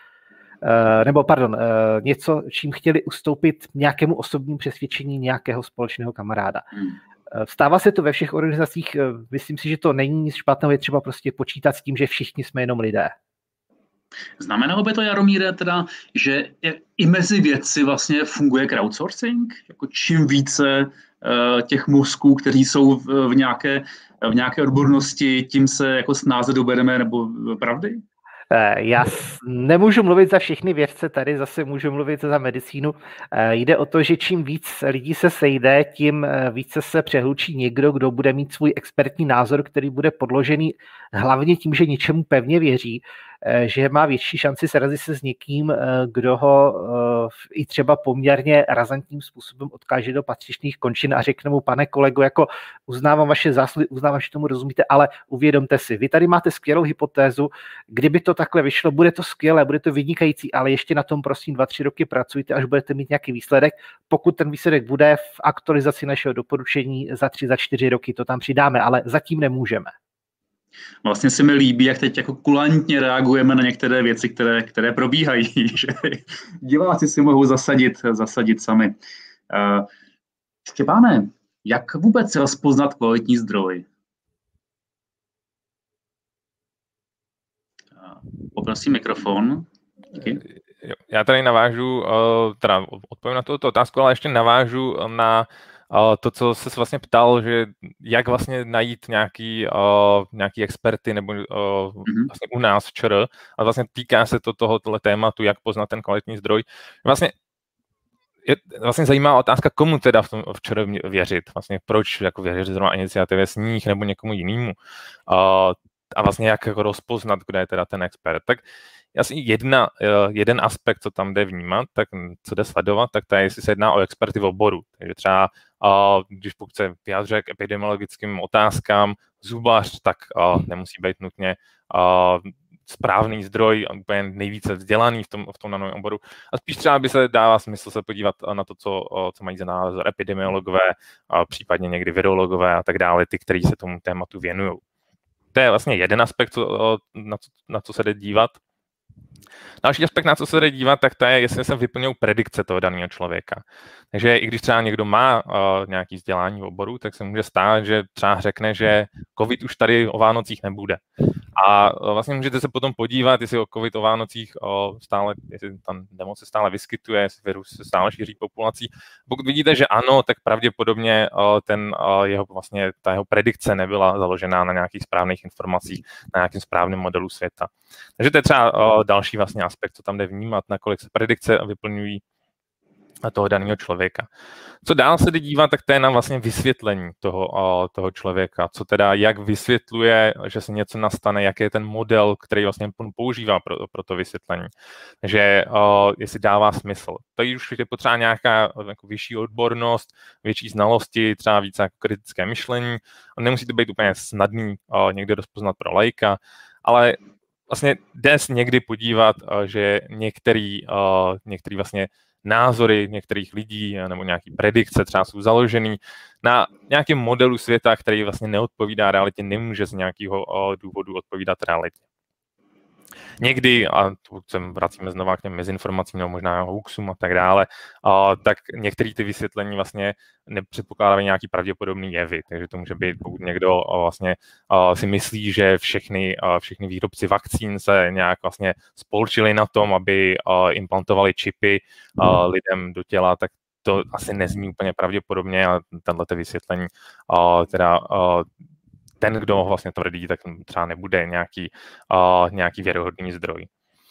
nebo pardon, něco, čím chtěli ustoupit nějakému osobnímu přesvědčení nějakého společného kamaráda. Stává se to ve všech organizacích, myslím si, že to není nic špatného, je třeba prostě počítat s tím, že všichni jsme jenom lidé. Znamenalo by to, Jaromíre, teda, že i mezi vědci vlastně funguje crowdsourcing? Jako čím více uh, těch mozků, kteří jsou v, v, nějaké, v nějaké odbornosti, tím se jako snáze dobereme nebo pravdy? Já nemůžu mluvit za všechny vědce, tady zase můžu mluvit za medicínu. Jde o to, že čím víc lidí se sejde, tím více se přehlučí někdo, kdo bude mít svůj expertní názor, který bude podložený hlavně tím, že něčemu pevně věří, že má větší šanci srazit se s někým, kdo ho i třeba poměrně razantním způsobem odkáže do patřičných končin a řekne mu, pane kolego, jako uznávám vaše zásluhy, uznávám, že tomu rozumíte, ale uvědomte si, vy tady máte skvělou hypotézu, kdyby to takhle vyšlo, bude to skvělé, bude to vynikající, ale ještě na tom prosím dva, tři roky pracujte, až budete mít nějaký výsledek. Pokud ten výsledek bude v aktualizaci našeho doporučení za tři, za čtyři roky, to tam přidáme, ale zatím nemůžeme. Vlastně se mi líbí, jak teď jako kulantně reagujeme na některé věci, které, které probíhají, že diváci si mohou zasadit, zasadit sami. Uh, Štěpáne, jak vůbec rozpoznat kvalitní zdroj? Uh, poprosím mikrofon. Díky. Já tady navážu, teda odpovím na tuto otázku, ale ještě navážu na to, co jsi vlastně ptal, že jak vlastně najít nějaký, nějaký experty nebo vlastně u nás v ČR, a vlastně týká se to tohoto tématu, jak poznat ten kvalitní zdroj. Vlastně je vlastně zajímavá otázka, komu teda v, tom, v ČR věřit, vlastně proč jako věřit zrovna iniciativě Sníh nebo někomu jinému a vlastně jak jako rozpoznat, kdo je teda ten expert. Tak asi jedna, jeden aspekt, co tam jde vnímat, tak co jde sledovat, tak to je, jestli se jedná o experty v oboru. Takže třeba, když pokud se vyjádřuje k epidemiologickým otázkám zubař, tak nemusí být nutně správný zdroj, úplně nejvíce vzdělaný v tom, v tom daném oboru. A spíš třeba by se dává smysl se podívat na to, co, co mají za názor epidemiologové, případně někdy virologové a tak dále, ty, kteří se tomu tématu věnují. To je vlastně jeden aspekt, na co, na co se jde dívat. Další aspekt, na co se jde dívat, tak to je, jestli se vyplňují predikce toho daného člověka. Takže i když třeba někdo má uh, nějaký vzdělání v oboru, tak se může stát, že třeba řekne, že COVID už tady o Vánocích nebude. A uh, vlastně můžete se potom podívat, jestli o COVID o Vánocích uh, stále, jestli tam nemoc se stále vyskytuje, jestli virus se stále šíří populací. Pokud vidíte, že ano, tak pravděpodobně uh, ten, uh, jeho, vlastně, ta jeho predikce nebyla založená na nějakých správných informacích, na nějakém správném modelu světa. Takže to je třeba uh, další vlastně aspekt, co tam jde vnímat, nakolik se predikce vyplňují toho daného člověka. Co dál se jde dívat, tak to je na vlastně vysvětlení toho, uh, toho člověka, co teda, jak vysvětluje, že se něco nastane, jaký je ten model, který vlastně používá pro, pro to vysvětlení. Takže uh, jestli dává smysl. To už je potřeba nějaká jako vyšší odbornost, větší znalosti, třeba více jako kritické myšlení. Nemusí to být úplně snadný uh, někde rozpoznat pro laika, ale vlastně jde se někdy podívat, uh, že některý, uh, některý vlastně názory některých lidí nebo nějaký predikce třeba jsou založený na nějakém modelu světa, který vlastně neodpovídá realitě, nemůže z nějakého důvodu odpovídat realitě. Někdy, a tu se vracíme znova k těm mezinformacím nebo možná hoaxům a tak dále, a, tak některé ty vysvětlení vlastně nepředpokládají nějaký pravděpodobný jevy. Takže to může být, pokud někdo a, vlastně a, si myslí, že všechny, a, všechny výrobci vakcín se nějak vlastně spolčili na tom, aby a, implantovali čipy a, lidem do těla, tak to asi nezní úplně pravděpodobně a tenhle vysvětlení a, teda a, ten, kdo ho vlastně tvrdí, tak třeba nebude nějaký, uh, nějaký věrohodný zdroj.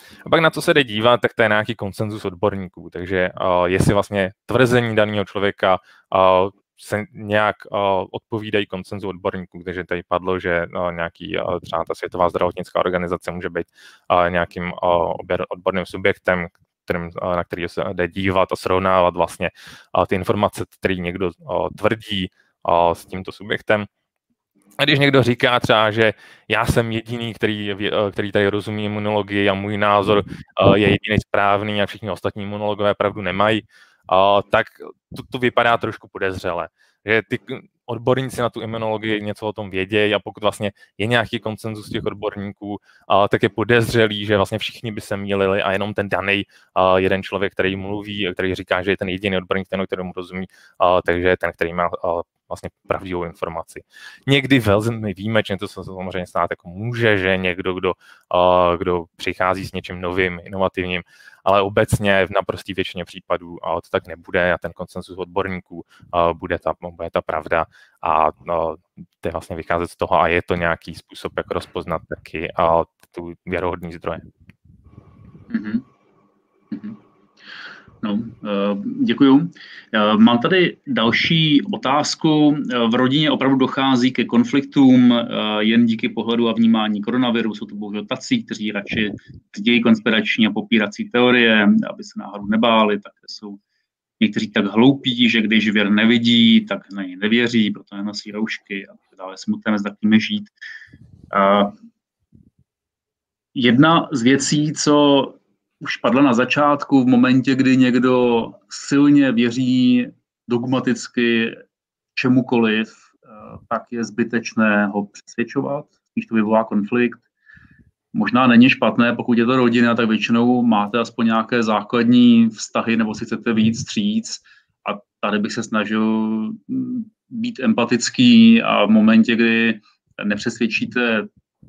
A pak na co se jde dívat, tak to je nějaký konsenzus odborníků. Takže uh, jestli vlastně tvrzení daného člověka uh, se nějak uh, odpovídají konsenzu odborníků, takže tady padlo, že uh, nějaký uh, třeba ta Světová zdravotnická organizace může být uh, nějakým uh, odborným subjektem, kterým, uh, na který se jde dívat a srovnávat vlastně uh, ty informace, které někdo uh, tvrdí uh, s tímto subjektem. A když někdo říká třeba, že já jsem jediný, který, který tady rozumí imunologii a můj názor uh, je jediný správný a všichni ostatní imunologové pravdu nemají, Uh, tak to, to vypadá trošku podezřele. Že ty odborníci na tu imunologii něco o tom vědějí a pokud vlastně je nějaký konsenzus těch odborníků, uh, tak je podezřelý, že vlastně všichni by se mýlili a jenom ten daný uh, jeden člověk, který mluví, který říká, že je ten jediný odborník, ten, kterému rozumí, uh, takže je ten, který má uh, vlastně pravdivou informaci. Někdy velmi výjimečně, to se samozřejmě stát jako může, že někdo, kdo, uh, kdo přichází s něčím novým, inovativním, ale obecně v naprosté většině případů uh, to tak nebude a ten konsensus odborníků uh, bude, ta, bude ta pravda a uh, to je vlastně vycházet z toho a je to nějaký způsob, jak rozpoznat taky uh, tu věrohodný zdroje. Mm-hmm. Mm-hmm. No, děkuju. Mám tady další otázku. V rodině opravdu dochází ke konfliktům jen díky pohledu a vnímání koronaviru. Jsou to bohužel tací, kteří radši dějí konspirační a popírací teorie, aby se náhodou nebáli. Tak jsou někteří tak hloupí, že když věr nevidí, tak na něj nevěří, proto nenosí roušky a tak dále. Smutné s takovými žít. Jedna z věcí, co už padla na začátku, v momentě, kdy někdo silně věří dogmaticky čemukoliv, tak je zbytečné ho přesvědčovat, když to vyvolá konflikt. Možná není špatné, pokud je to rodina, tak většinou máte aspoň nějaké základní vztahy, nebo si chcete víc vstříc. A tady bych se snažil být empatický a v momentě, kdy nepřesvědčíte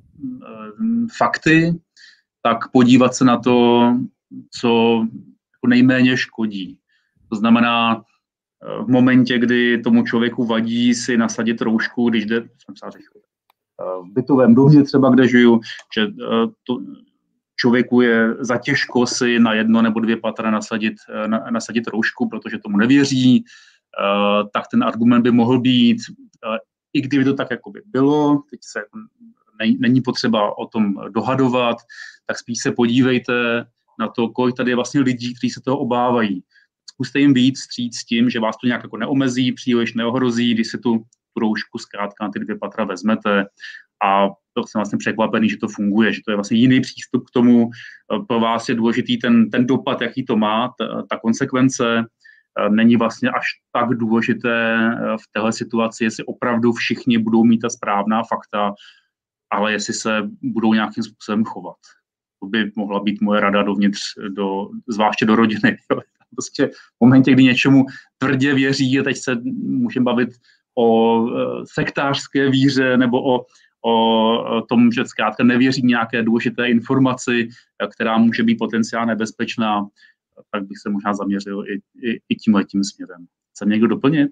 fakty, tak podívat se na to, co nejméně škodí. To znamená, v momentě, kdy tomu člověku vadí si nasadit roušku, když jde, jsem se řešil, v bytovém domě třeba, kde žiju, že to člověku je zatěžko si na jedno nebo dvě patra nasadit, nasadit roušku, protože tomu nevěří, tak ten argument by mohl být, i kdyby to tak jako by bylo, teď se není potřeba o tom dohadovat, tak spíš se podívejte na to, kolik tady je vlastně lidí, kteří se toho obávají. Zkuste jim víc vstříc s tím, že vás to nějak jako neomezí, příliš neohrozí, když si tu, tu roušku zkrátka na ty dvě patra vezmete a to jsem vlastně překvapený, že to funguje, že to je vlastně jiný přístup k tomu. Pro vás je důležitý ten, ten dopad, jaký to má, ta, ta konsekvence. Není vlastně až tak důležité v téhle situaci, jestli opravdu všichni budou mít ta správná fakta, ale jestli se budou nějakým způsobem chovat. To by mohla být moje rada dovnitř, do, zvláště do rodiny. Prostě v momentě, kdy něčemu tvrdě věří, a teď se můžeme bavit o sektářské víře nebo o, o tom, že zkrátka nevěří nějaké důležité informaci, která může být potenciálně nebezpečná, tak bych se možná zaměřil i, i, i tímhletím směrem. Chce mě někdo doplnit?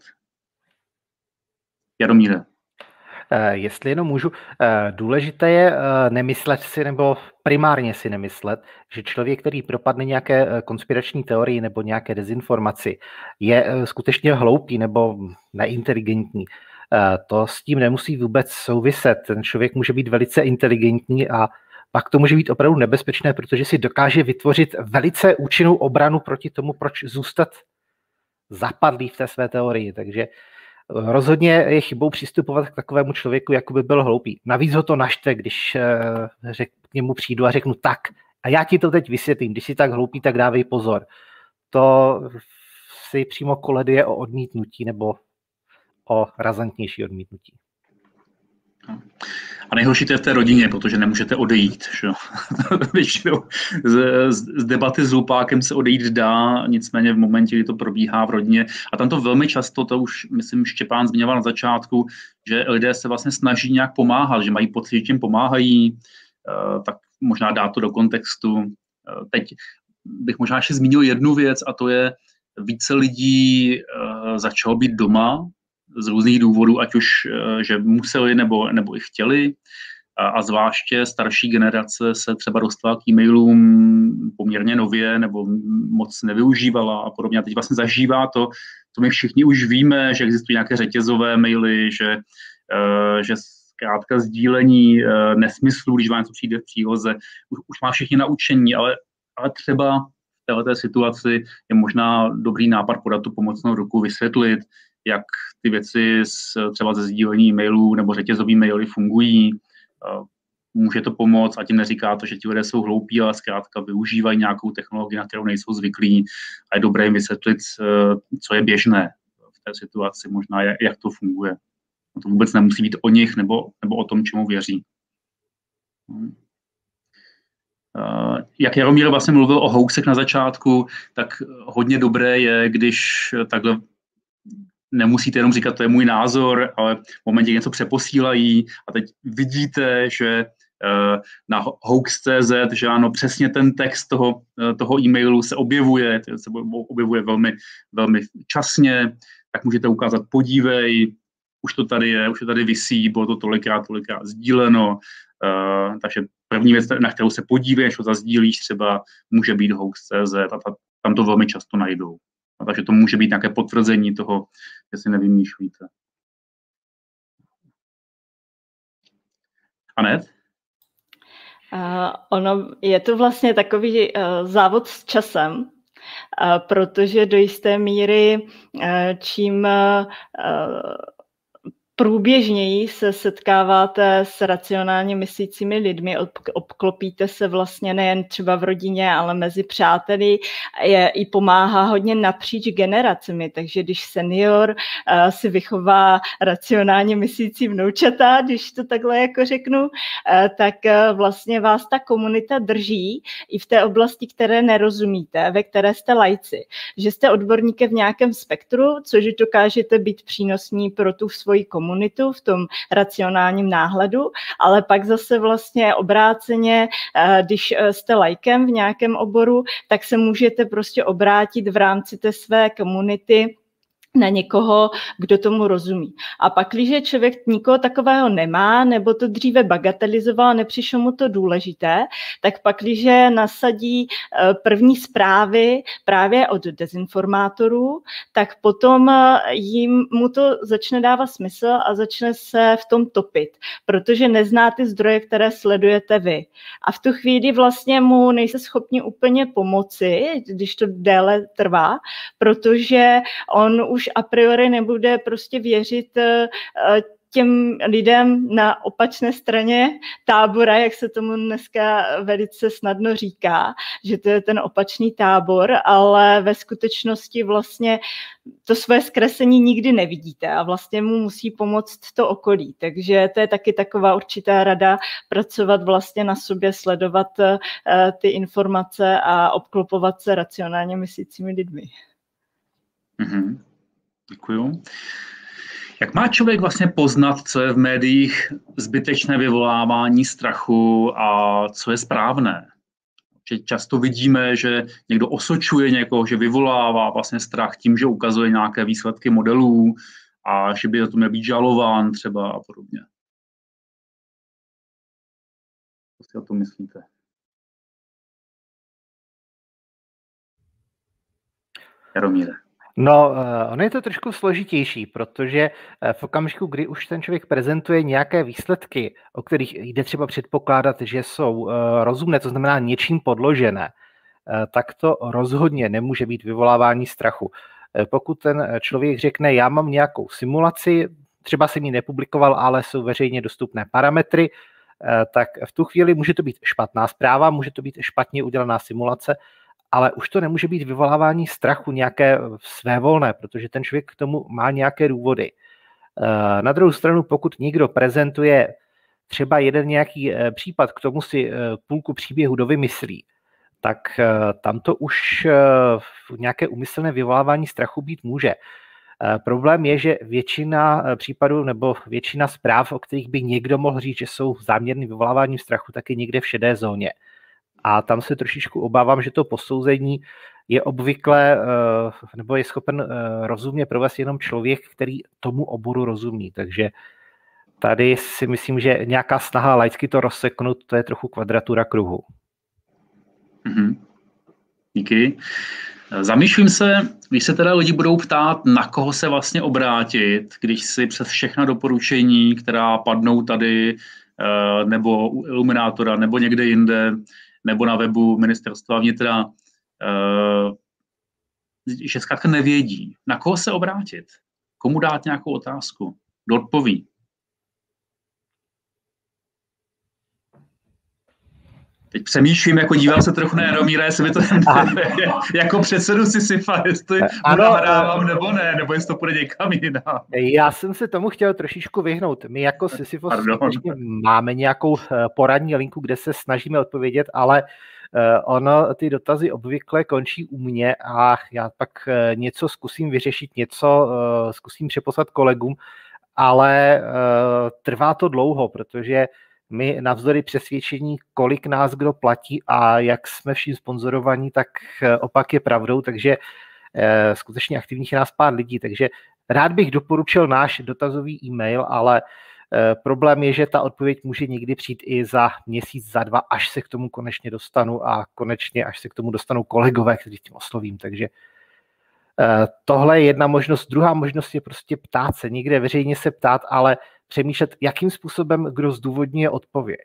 Jaromíre. Jestli jenom můžu, důležité je nemyslet si, nebo primárně si nemyslet, že člověk, který propadne nějaké konspirační teorii nebo nějaké dezinformaci, je skutečně hloupý nebo neinteligentní. To s tím nemusí vůbec souviset. Ten člověk může být velice inteligentní a pak to může být opravdu nebezpečné, protože si dokáže vytvořit velice účinnou obranu proti tomu, proč zůstat zapadlý v té své teorii. Takže rozhodně je chybou přistupovat k takovému člověku, jako by byl hloupý. Navíc ho to naštve, když řek, k němu přijdu a řeknu tak, a já ti to teď vysvětlím, když jsi tak hloupý, tak dávej pozor. To si přímo koleduje o odmítnutí nebo o razantnější odmítnutí. A nejhorší to je v té rodině, protože nemůžete odejít. Že? Většinou z, z debaty s hlupákem se odejít dá, nicméně v momentě, kdy to probíhá v rodině. A tam to velmi často, to už, myslím, Štěpán zmiňoval na začátku, že lidé se vlastně snaží nějak pomáhat, že mají pocit, že tím pomáhají, tak možná dá to do kontextu. Teď bych možná ještě zmínil jednu věc, a to je, více lidí začalo být doma, z různých důvodů, ať už, že museli nebo, nebo i chtěli. a, a zvláště starší generace se třeba dostala k e-mailům poměrně nově nebo moc nevyužívala a podobně. A teď vlastně zažívá to, co my všichni už víme, že existují nějaké řetězové maily, že, uh, že zkrátka sdílení uh, nesmyslů, když vám něco přijde v příloze, už, už má všichni naučení, ale, ale třeba v této situaci je možná dobrý nápad podat tu pomocnou ruku, vysvětlit, jak ty věci s, třeba ze sdílení e-mailů nebo řetězový maily fungují. Uh, může to pomoct a tím neříká to, že ti lidé jsou hloupí, ale zkrátka využívají nějakou technologii, na kterou nejsou zvyklí a je dobré jim vysvětlit, co je běžné v té situaci, možná jak to funguje. A to vůbec nemusí být o nich nebo, nebo o tom, čemu věří. Jak Jaromír vlastně mluvil o hoaxech na začátku, tak hodně dobré je, když takhle nemusíte jenom říkat, to je můj názor, ale v momentě něco přeposílají a teď vidíte, že na hoax tečka cé zet, že ano, přesně ten text toho, toho e-mailu se objevuje, se objevuje velmi, velmi časně, tak můžete ukázat, podívej, už to tady je, už to tady visí, bylo to tolikrát, tolikrát sdíleno, uh, takže první věc, na kterou se podívej, než ho zazdílíš, třeba může být hoax tečka cé zet a ta, tam to velmi často najdou. A takže to může být nějaké potvrzení toho, že si nevymýšlíte. Anet? Uh, ono je to vlastně takový uh, závod s časem, uh, protože do jisté míry uh, čím uh, průběžněji se setkáváte s racionálně myslícími lidmi, obklopíte se vlastně nejen třeba v rodině, ale mezi přáteli, je, i pomáhá hodně napříč generacemi, takže když senior uh, si vychová racionálně myslící vnoučata, když to takhle jako řeknu, uh, tak uh, vlastně vás ta komunita drží i v té oblasti, které nerozumíte, ve které jste laici, že jste odborníkem v nějakém spektru, což dokážete být přínosní pro tu svoji komunitu, komunitu v tom racionálním náhledu, ale pak zase vlastně obráceně, když jste laikem v nějakém oboru, tak se můžete prostě obrátit v rámci té své komunity na někoho, kdo tomu rozumí. A pak, když člověk nikoho takového nemá, nebo to dříve bagatelizoval, nepřišlo mu to důležité, tak pak, když nasadí první zprávy právě od dezinformátorů, tak potom jim mu to začne dávat smysl a začne se v tom topit, protože nezná ty zdroje, které sledujete vy. A v tu chvíli vlastně mu nejste schopni úplně pomoci, když to déle trvá, protože on už a priori nebude prostě věřit těm lidem na opačné straně tábora, jak se tomu dneska velice snadno říká, že to je ten opačný tábor, ale ve skutečnosti vlastně to své zkreslení nikdy nevidíte a vlastně mu musí pomoct to okolí. Takže to je taky taková určitá rada pracovat vlastně na sobě, sledovat ty informace a obklopovat se racionálně myslícími lidmi. Mm-hmm. Děkuju. Jak má člověk vlastně poznat, co je v médiích zbytečné vyvolávání strachu a co je správné? Často vidíme, že někdo osočuje někoho, že vyvolává vlastně strach tím, že ukazuje nějaké výsledky modelů a že by za to měl být žalován třeba a podobně. Co si o tom myslíte? Jaromíre. No, ono je to trošku složitější, protože v okamžiku, kdy už ten člověk prezentuje nějaké výsledky, o kterých jde třeba předpokládat, že jsou rozumné, to znamená něčím podložené, tak to rozhodně nemůže být vyvolávání strachu. Pokud ten člověk řekne, já mám nějakou simulaci, třeba jsem ji nepublikoval, ale jsou veřejně dostupné parametry, tak v tu chvíli může to být špatná zpráva, může to být špatně udělaná simulace, ale už to nemůže být vyvolávání strachu nějaké svévolné, protože ten člověk k tomu má nějaké důvody. Na druhou stranu, pokud někdo prezentuje třeba jeden nějaký případ, k tomu si půlku příběhu dovymyslí, tak tam to už v nějaké úmyslné vyvolávání strachu být může. Problém je, že většina případů nebo většina zpráv, o kterých by někdo mohl říct, že jsou záměrným vyvoláváním strachu, tak je někde v šedé zóně. A tam se trošičku obávám, že to posouzení je obvykle, nebo je schopen rozumně provést jenom člověk, který tomu oboru rozumí. Takže tady si myslím, že nějaká snaha laicky to rozseknout, to je trochu kvadratura kruhu. Mm-hmm. Díky. Zamýšlím se, když se teda lidi budou ptát, na koho se vlastně obrátit, když si přes všechna doporučení, která padnou tady, nebo u Iluminátora, nebo někde jinde, nebo na webu Ministerstva vnitra, že zkrátka nevědí, na koho se obrátit, komu dát nějakou otázku, kdo odpoví. Teď přemýšlím, jako díval se trochu na Jaromíra, jestli by to jako předsedu Sisyfa, jestli mu nahrávám nebo ne, nebo jestli to půjde někam jinam. Já jsem se tomu chtěl trošičku vyhnout. My jako Sisyfos máme nějakou poradní linku, kde se snažíme odpovědět, ale ono, ty dotazy obvykle končí u mě a já pak něco zkusím vyřešit, něco zkusím přeposlat kolegům, ale trvá to dlouho, protože my navzdory přesvědčení, kolik nás kdo platí a jak jsme vším sponzorovaní, tak opak je pravdou, takže skutečně aktivních je nás pár lidí, takže rád bych doporučil náš dotazový e-mail, ale problém je, že ta odpověď může někdy přijít i za měsíc, za dva, až se k tomu konečně dostanu a konečně až se k tomu dostanou kolegové, kteří tím oslovím, takže tohle je jedna možnost. Druhá možnost je prostě ptát se, někde veřejně se ptát, ale přemýšlet, jakým způsobem kdo zdůvodňuje odpověď.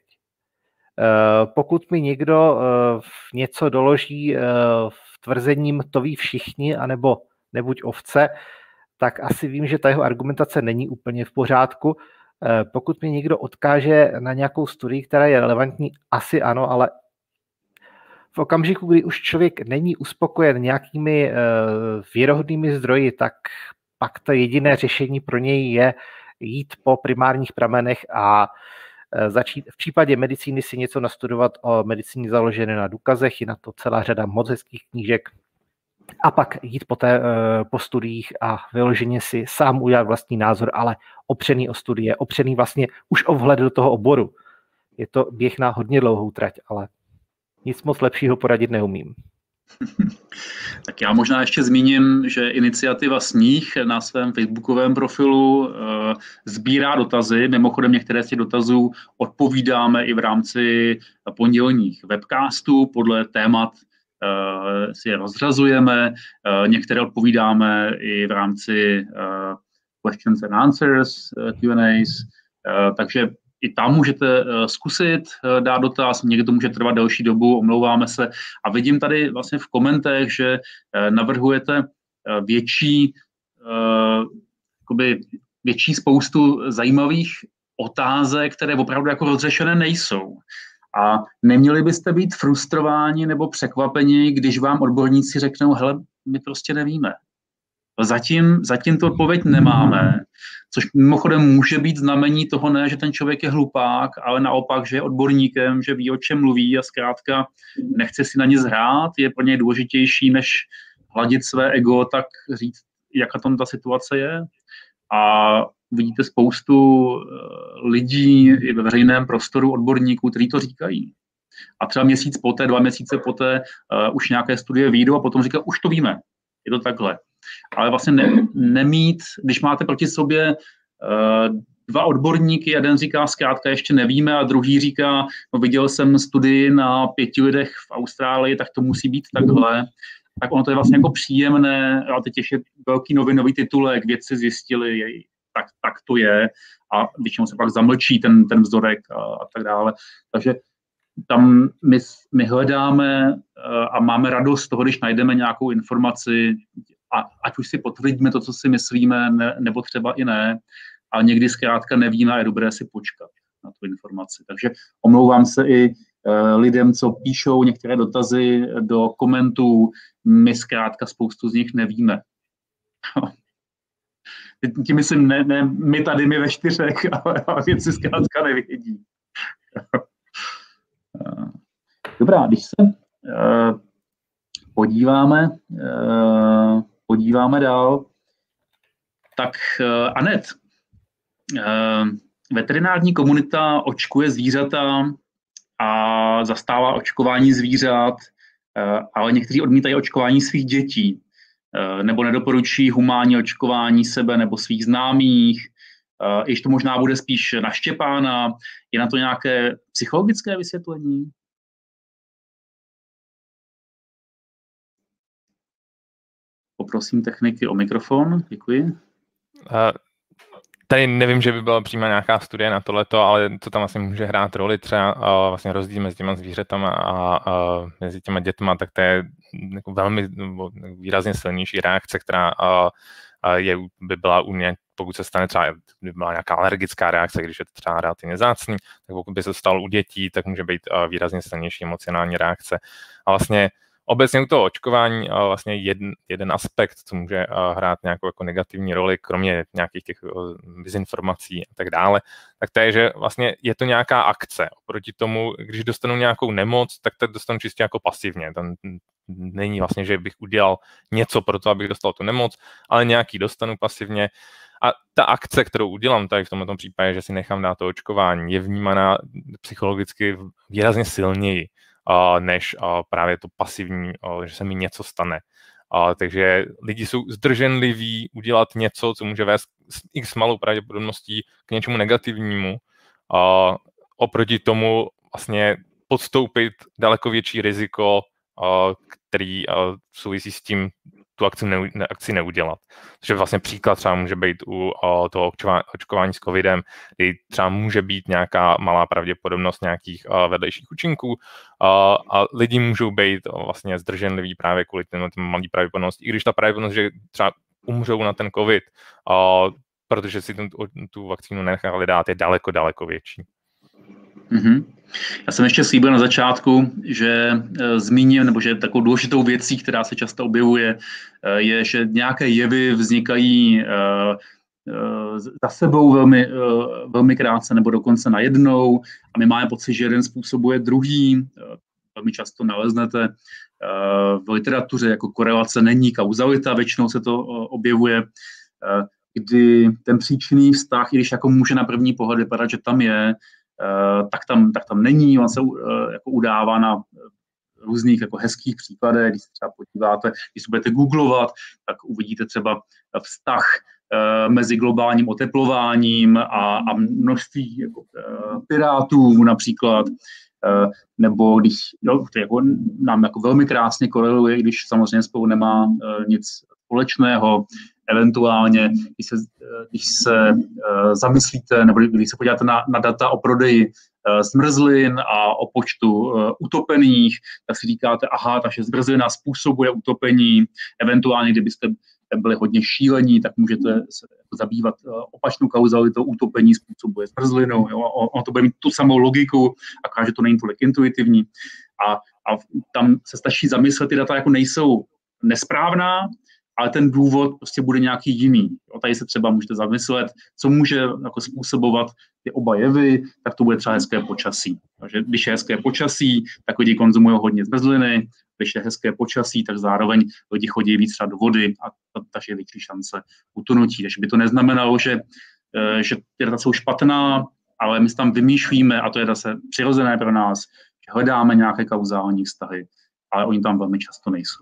Pokud mi někdo něco doloží v tvrzením to ví všichni, anebo nebuď ovce, tak asi vím, že ta jeho argumentace není úplně v pořádku. Pokud mi někdo odkáže na nějakou studii, která je relevantní, asi ano, ale v okamžiku, kdy už člověk není uspokojen nějakými věrohodnými zdroji, tak pak to jediné řešení pro něj je jít po primárních pramenech a začít v případě medicíny si něco nastudovat o medicíně založené na důkazech, je na to celá řada moc hezkých knížek, a pak jít po, té, po studiích a vyloženě si sám udělat vlastní názor, ale opřený o studie, opřený vlastně už o vhled do toho oboru. Je to běh na hodně dlouhou trať, ale nic moc lepšího poradit neumím. Tak já možná ještě zmíním, že iniciativa Sníh na svém facebookovém profilu sbírá dotazy. Mimochodem některé z těch dotazů odpovídáme i v rámci pondělních webcastů. Podle témat si je rozřazujeme. Některé odpovídáme i v rámci questions and answers, Q and A's. Takže i tam můžete zkusit dát dotaz, někdy to může trvat delší dobu, omlouváme se. A vidím tady vlastně v komentech, že navrhujete větší, jakoby větší spoustu zajímavých otázek, které opravdu jako rozřešené nejsou. A neměli byste být frustrováni nebo překvapeni, když vám odborníci řeknou, hele, my prostě nevíme. Zatím, zatím tu odpověď nemáme, což mimochodem může být znamení toho ne, že ten člověk je hlupák, ale naopak, že je odborníkem, že ví, o čem mluví a zkrátka nechce si na nic hrát, je pro něj důležitější, než hladit své ego, tak říct, jaká tam ta situace je. A vidíte spoustu lidí i ve veřejném prostoru odborníků, kteří to říkají. A třeba měsíc poté, dva měsíce poté uh, už nějaké studie vyjdou a potom říkají, už to víme, je to takhle. Ale vlastně ne, nemít, když máte proti sobě uh, dva odborníky, jeden říká zkrátka ještě nevíme a druhý říká, no viděl jsem studii na pěti lidech v Austrálii, tak to musí být takhle. Tak ono to je vlastně jako příjemné, a teď ještě velký novinový titulek, vědci zjistili, jej, tak, tak to je a většinou se pak zamlčí ten, ten vzorek a, a tak dále. Takže tam my, my hledáme a máme radost z toho, když najdeme nějakou informaci, a ať už si potvrdíme to, co si myslíme, ne, nebo třeba i ne, a někdy zkrátka nevíme a je dobré si počkat na tu informaci. Takže omlouvám se i lidem, co píšou některé dotazy do komentů, my zkrátka spoustu z nich nevíme. Tím myslím, ne, ne my tady, my ve čtyřech, ale věci zkrátka nevědí. Dobrá, když se uh, podíváme, uh, podíváme dál, tak uh, Anet, uh, veterinární komunita očkuje zvířata a zastává očkování zvířat, uh, ale někteří odmítají očkování svých dětí, uh, nebo nedoporučují humánní očkování sebe nebo svých známých. i když to možná bude spíš naštěpána. Je na to nějaké psychologické vysvětlení? Poprosím techniky o mikrofon. Děkuji. Uh, tady nevím, že by byla přímo nějaká studie na tohleto, ale to tam vlastně může hrát roli třeba uh, vlastně rozdíl mezi těma zvířatama a uh, mezi těma dětma, tak to je jako velmi výrazně silnější reakce, která uh, je, by byla u mě, pokud se stane třeba, by byla nějaká alergická reakce, když je to třeba relativně vzácný, tak pokud by se stalo u dětí, tak může být uh, výrazně silnější emocionální reakce. A vlastně obecně u toho očkování vlastně jeden, jeden aspekt, co může hrát nějakou jako negativní roli, kromě nějakých těch dezinformací a tak dále, tak to je, že vlastně je to nějaká akce. Oproti tomu, když dostanu nějakou nemoc, tak to dostanu čistě jako pasivně. Tam není vlastně, že bych udělal něco pro to, abych dostal tu nemoc, ale nějaký dostanu pasivně. A ta akce, kterou udělám tady v tomto případě, že si nechám dát to očkování, je vnímaná psychologicky výrazně silněji, Uh, než uh, právě to pasivní, uh, že se mi něco stane. Uh, takže lidi jsou zdrženliví udělat něco, co může vést s x malou pravděpodobností k něčemu negativnímu. Uh, oproti tomu vlastně podstoupit daleko větší riziko, uh, který uh, souvisí s tím, tu akci, ne, akci neudělat. Takže vlastně příklad třeba může být u uh, toho očkování, očkování s covidem, kdy třeba může být nějaká malá pravděpodobnost nějakých uh, vedlejších účinků uh, a lidi můžou být uh, vlastně zdrženliví právě kvůli těm malý pravděpodobnosti, i když ta pravděpodobnost, že třeba umřou na ten covid, uh, protože si tu, tu vakcínu nenechali dát, je daleko, daleko větší. Mm-hmm. Já jsem ještě slíbil na začátku, že e, zmíním, nebo že takovou důležitou věcí, která se často objevuje, e, je, že nějaké jevy vznikají e, e, za sebou velmi, e, velmi krátce nebo dokonce najednou a my máme pocit, že jeden způsobuje druhý. E, velmi často naleznete e, v literatuře jako korelace není kauzalita, většinou se to e, objevuje, e, kdy ten příčinný vztah, i když jako může na první pohled vypadat, že tam je, tak tam, tak tam není, on se jako udává na různých jako hezkých příkladech, když se třeba podíváte, když se budete googlovat, tak uvidíte třeba vztah mezi globálním oteplováním a, a množství jako, pirátů například, nebo když jo, to jako, nám jako velmi krásně koreluje, když samozřejmě spolu nemá nic společného, eventuálně, když se, když se uh, zamyslíte, nebo když se podíváte na, na data o prodeji uh, zmrzlin a o počtu uh, utopených, tak si říkáte, aha, takže zmrzlina způsobuje utopení, eventuálně, kdybyste byli hodně šílení, tak můžete se zabývat uh, opačnou kauzalitou, utopení způsobuje zmrzlinu, jo, ono to bude mít tu samou logiku, akorát, že to není tolik intuitivní. A, a tam se stačí zamyslet, ty data jako nejsou nesprávná, ale ten důvod prostě bude nějaký jiný. O tady se třeba můžete zamyslet, co může jako způsobovat ty oba jevy, tak to bude třeba hezké počasí. Takže když je hezké počasí, tak lidi konzumují hodně zmrzliny, když je hezké počasí, tak zároveň lidi chodí víc třeba do vody a takže je větší šance utonutí. Takže by to neznamenalo, že, že ty data jsou špatná, ale my si tam vymýšlíme, a to je zase přirozené pro nás, že hledáme nějaké kauzální vztahy, ale oni tam velmi často nejsou.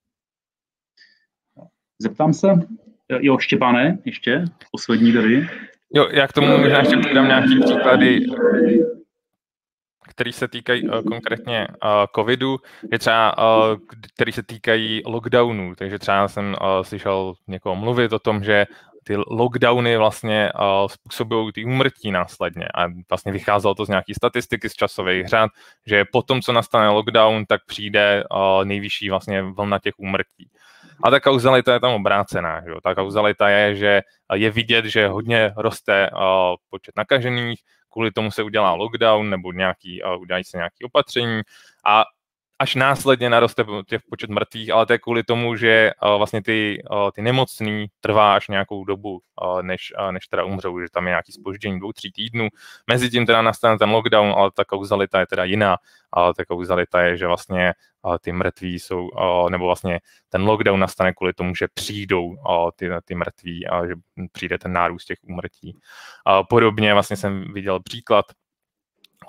Zeptám se, jo, Štěpáne, ještě, poslední tady. Jo, já k tomu možná ještě přidám nějaký příklady, které se týkají uh, konkrétně uh, covidu, je třeba, uh, který se týkají lockdownů, takže třeba jsem uh, slyšel někoho mluvit o tom, že ty lockdowny vlastně uh, způsobují ty úmrtí následně a vlastně vycházelo to z nějaký statistiky z časových řad, že potom, co nastane lockdown, tak přijde uh, nejvyšší vlastně vlna těch úmrtí. A ta kauzalita je tam obrácená. Že? Ta kauzalita je, že je vidět, že hodně roste uh, počet nakažených, kvůli tomu se udělá lockdown nebo nějaký, uh, udělají se nějaké opatření a až následně naroste těch počet mrtvých, ale to je kvůli tomu, že uh, vlastně ty, uh, ty nemocný trvá až nějakou dobu, uh, než, uh, než teda umřou, že tam je nějaký zpoždění dvou, tří týdnů. Mezitím teda nastane ten lockdown, ale ta kauzalita je teda jiná. Ale ta kauzalita je, že vlastně uh, ty mrtví jsou, uh, nebo vlastně ten lockdown nastane kvůli tomu, že přijdou uh, ty, ty mrtví a že přijde ten nárůst těch úmrtí. Uh, podobně vlastně jsem viděl příklad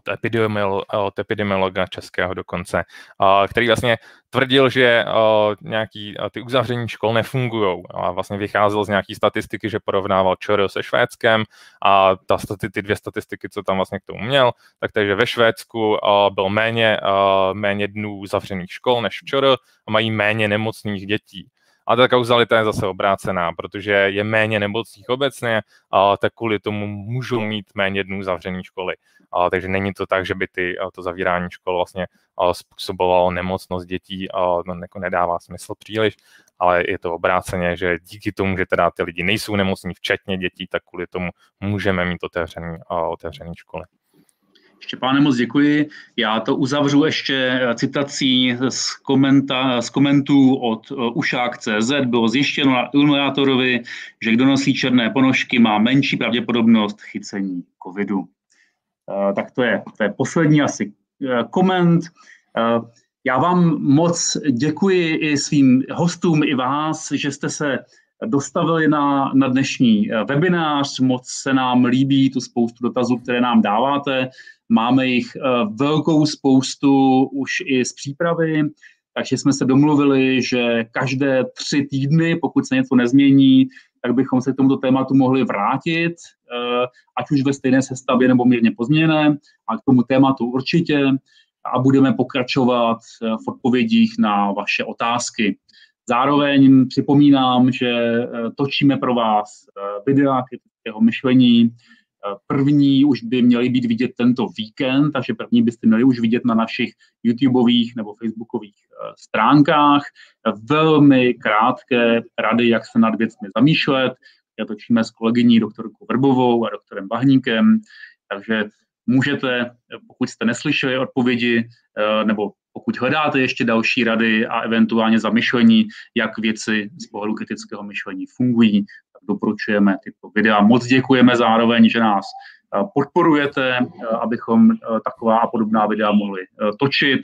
od, epidemiolo, od epidemiologa českého dokonce, který vlastně tvrdil, že nějaký ty uzavření škol nefungují. A vlastně vycházel z nějaký statistiky, že porovnával ČR se Švédskem a ta, ty dvě statistiky, co tam vlastně k tomu měl, tak takže ve Švédsku byl méně, méně dnů zavřených škol než v ČR a mají méně nemocných dětí. A ta kauzalita je zase obrácená, protože je méně nemocných obecně, a tak kvůli tomu můžou mít méně dnů zavřené školy. A takže není to tak, že by ty, to zavírání škol vlastně způsobovalo nemocnost dětí, a to jako nedává smysl příliš, ale je to obráceně, že díky tomu, že teda ty lidi nejsou nemocní, včetně dětí, tak kvůli tomu můžeme mít otevřený, otevřený školy. Štěpáne, moc děkuji. Já to uzavřu ještě citací z, komenta, z komentů od ušák tečka cé zet. Bylo zjištěno na Illuminátorovi, že kdo nosí černé ponožky, má menší pravděpodobnost chycení covidu. Tak to je, to je poslední asi koment. Já vám moc děkuji i svým hostům, i vás, že jste se dostavili na, na dnešní webinář. Moc se nám líbí tu spoustu dotazů, které nám dáváte. Máme jich velkou spoustu už i z přípravy, takže jsme se domluvili, že každé tři týdny, pokud se něco nezmění, tak bychom se k tomuto tématu mohli vrátit, ať už ve stejné sestavě nebo mírně pozměněné, a k tomu tématu určitě. A budeme pokračovat v odpovědích na vaše otázky. Zároveň připomínám, že točíme pro vás videa kritického myšlení. První už by měly být vidět tento víkend, takže první byste měli už vidět na našich YouTubeových nebo facebookových stránkách. Velmi krátké rady, jak se nad věcmi zamýšlet. Já točíme s kolegyní doktorkou Vrbovou a doktorem Bahníkem, takže můžete, pokud jste neslyšeli odpovědi, nebo pokud hledáte ještě další rady a eventuálně zamyšlení, jak věci z pohledu kritického myšlení fungují, tak doporučujeme tyto videa. Moc děkujeme zároveň, že nás podporujete, abychom taková a podobná videa mohli točit.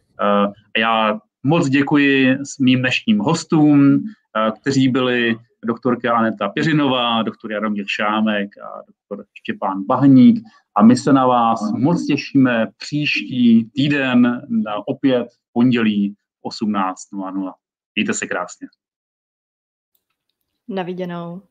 Já moc děkuji mým dnešním hostům, kteří byli doktorka Aneta Pěřinová, doktor Jaromír Šámek a doktor Štěpán Bahník. A my se na vás moc těšíme příští týden na opět v pondělí osmnáct nula nula. Mějte se krásně. Na viděnou.